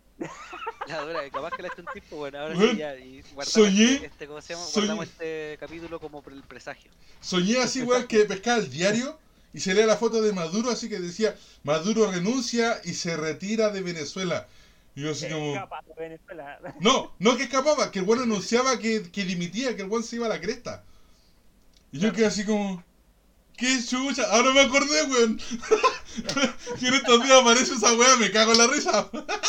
La dura, capaz que le hace un tipo, bueno, ahora Weón, sí ya. Y guardamos soñé- este, este, ¿cómo se llama? soñé- Guardamos este capítulo como por el presagio. Soñé así, weón, que pescaba el diario y se lee la foto de Maduro, así que decía, Maduro renuncia y se retira de Venezuela. Y yo así Se como... escapa de Venezuela. No, no que escapaba, que el weón anunciaba que, que dimitía, que el weón se iba a la cresta. Y yo quedé así como... ¡Qué chucha! Ahora me acordé, weón. Que en estos días aparece esa weá, me cago en la risa.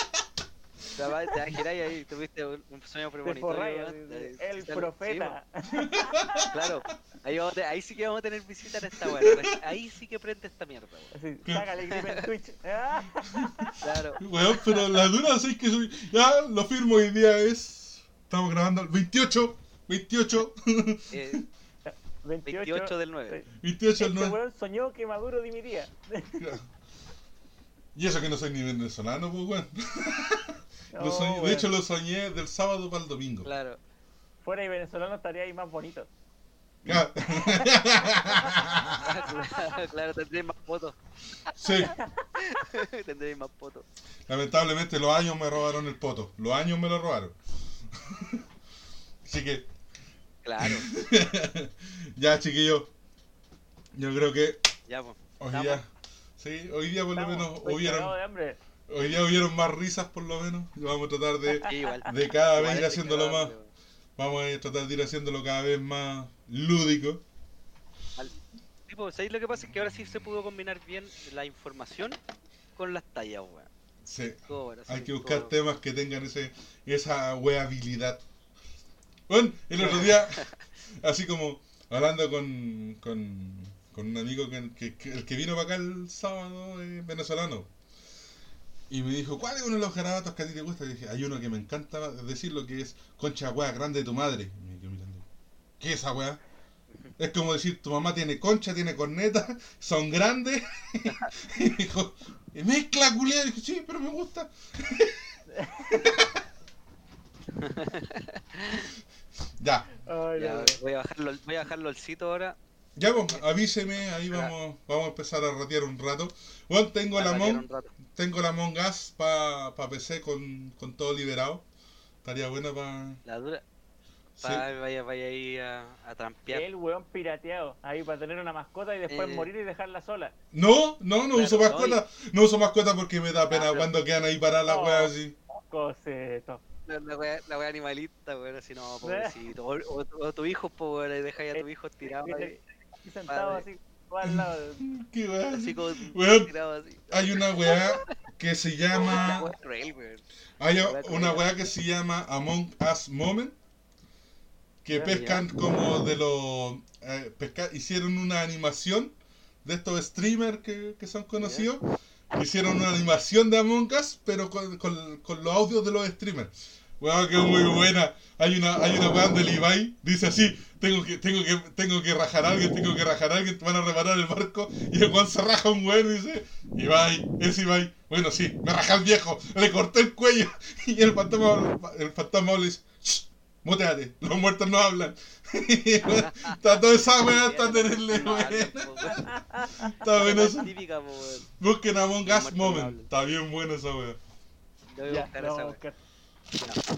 Te va te va a girar y ahí tuviste un, un sueño De premonitorio. forraya, weón. de- Eh, el sí, sí, profeta. sí, claro, ahí, vamos a te- ahí sí que vamos a tener visita en esta weá. Ahí sí que prende esta mierda, weón. Así, sácale clip en Twitch. Ah, Claro. Weón, pero la dura es que soy... Ya, lo firmo hoy día es... Estamos grabando el veintiocho. veintiocho. Eh, veintiocho, veintiocho del nueve. veintiocho el Este nueve. weón soñó que Maduro dimitía. Y eso que no soy ni venezolano, pues weón. Lo No, soñé- de weón. hecho lo soñé del sábado para el domingo. Claro. Fuera y venezolano estaría ahí más bonito. Ya. Claro, tendréis más fotos. Sí, Tendréis más fotos. lamentablemente los años me robaron el poto. Los años me lo robaron. Así que, Claro. ya chiquillos, yo creo que Ya, pues. hoy Estamos. día, sí, hoy día por lo Estamos, menos estoy hubieron, cagado de hambre. hoy día hubieron más risas por lo menos. Y vamos a tratar de, Sí, igual. de cada Igual vez ir estoy haciéndolo cagado, más, pero- vamos a tratar de ir haciéndolo cada vez más lúdico. Tipo, ¿sabéis lo que pasa? Es que ahora sí se pudo combinar bien la información con las tallas, weón. Sí. Todo bueno, Hay sí, que buscar todo- temas que tengan ese esa weabilidad. Bueno, el otro día, así como hablando con, con, con un amigo que, que- que- el que vino para acá el sábado, eh, venezolano, y me dijo, ¿cuál es uno de los garabatos que a ti te gusta? Y dije, hay uno que me encanta decirlo, que es concha wea grande de tu madre. Y me quedé mirando, ¿qué es esa wea? Es como decir, tu mamá tiene concha, tiene corneta, son grandes. Y me dijo, mezcla culiada. Y dije, sí, pero me gusta. Ya, Ay, Ya, la- voy a bajarlo, voy a bajarlo al sitio ahora. ya pues, avíseme, ahí vamos, vamos a empezar a ratear un rato. Bueno, tengo a la ratear Mon, un rato. tengo la Among Us para pa P C con, con todo liberado. Estaría buena para... La dura. Sí. Pa- vaya, vaya ahí a, a trampear. El weón pirateado. Ahí para tener una mascota y después Eh. morir y dejarla sola. No, no, no Claro, uso no, mascota. No uso mascota porque me da pena Ah, pero- cuando quedan ahí paradas las No. weas así. Coseto. La, la wea, la wea animalista, weón, así no, pobrecito. O, o, o tu hijo, po, weón, y deja ya a tu hijo tirado ahí. Y sentado Padre. así, al lado. de- Qué wea. Así como Weón, tirado así. hay una wea que se La llama... wea cruel, weón. Hay wea una cruel. wea que se llama Among Us Moment, que Ya, pescan como de los... eh, pesca- hicieron una animación de estos streamers que, que son conocidos. Hicieron una animación de Among Us, pero con, con, con los audios de los streamers. Weón, que es muy buena. Hay una, hay una weá donde el Ibai dice así, tengo que, tengo que, tengo que rajar a alguien, tengo que rajar a alguien, van a reparar el barco, y el weón se raja a un weón y dice, Ibai, es Ibai. Bueno, sí, me rajé al viejo, le corté el cuello, y el fantasma, el fantasma le dice, shh, muteate, los muertos no hablan. Y, weón, está toda esa weá, está terrible, No, weón. no, po, weón. Está bueno eso. Típica, po, weón. Busquen Among Los Us muertos no Moment, hablan. está bien bueno esa weá. Yo voy a Ya, buscar lo esa vamos a wea. buscar. Ya.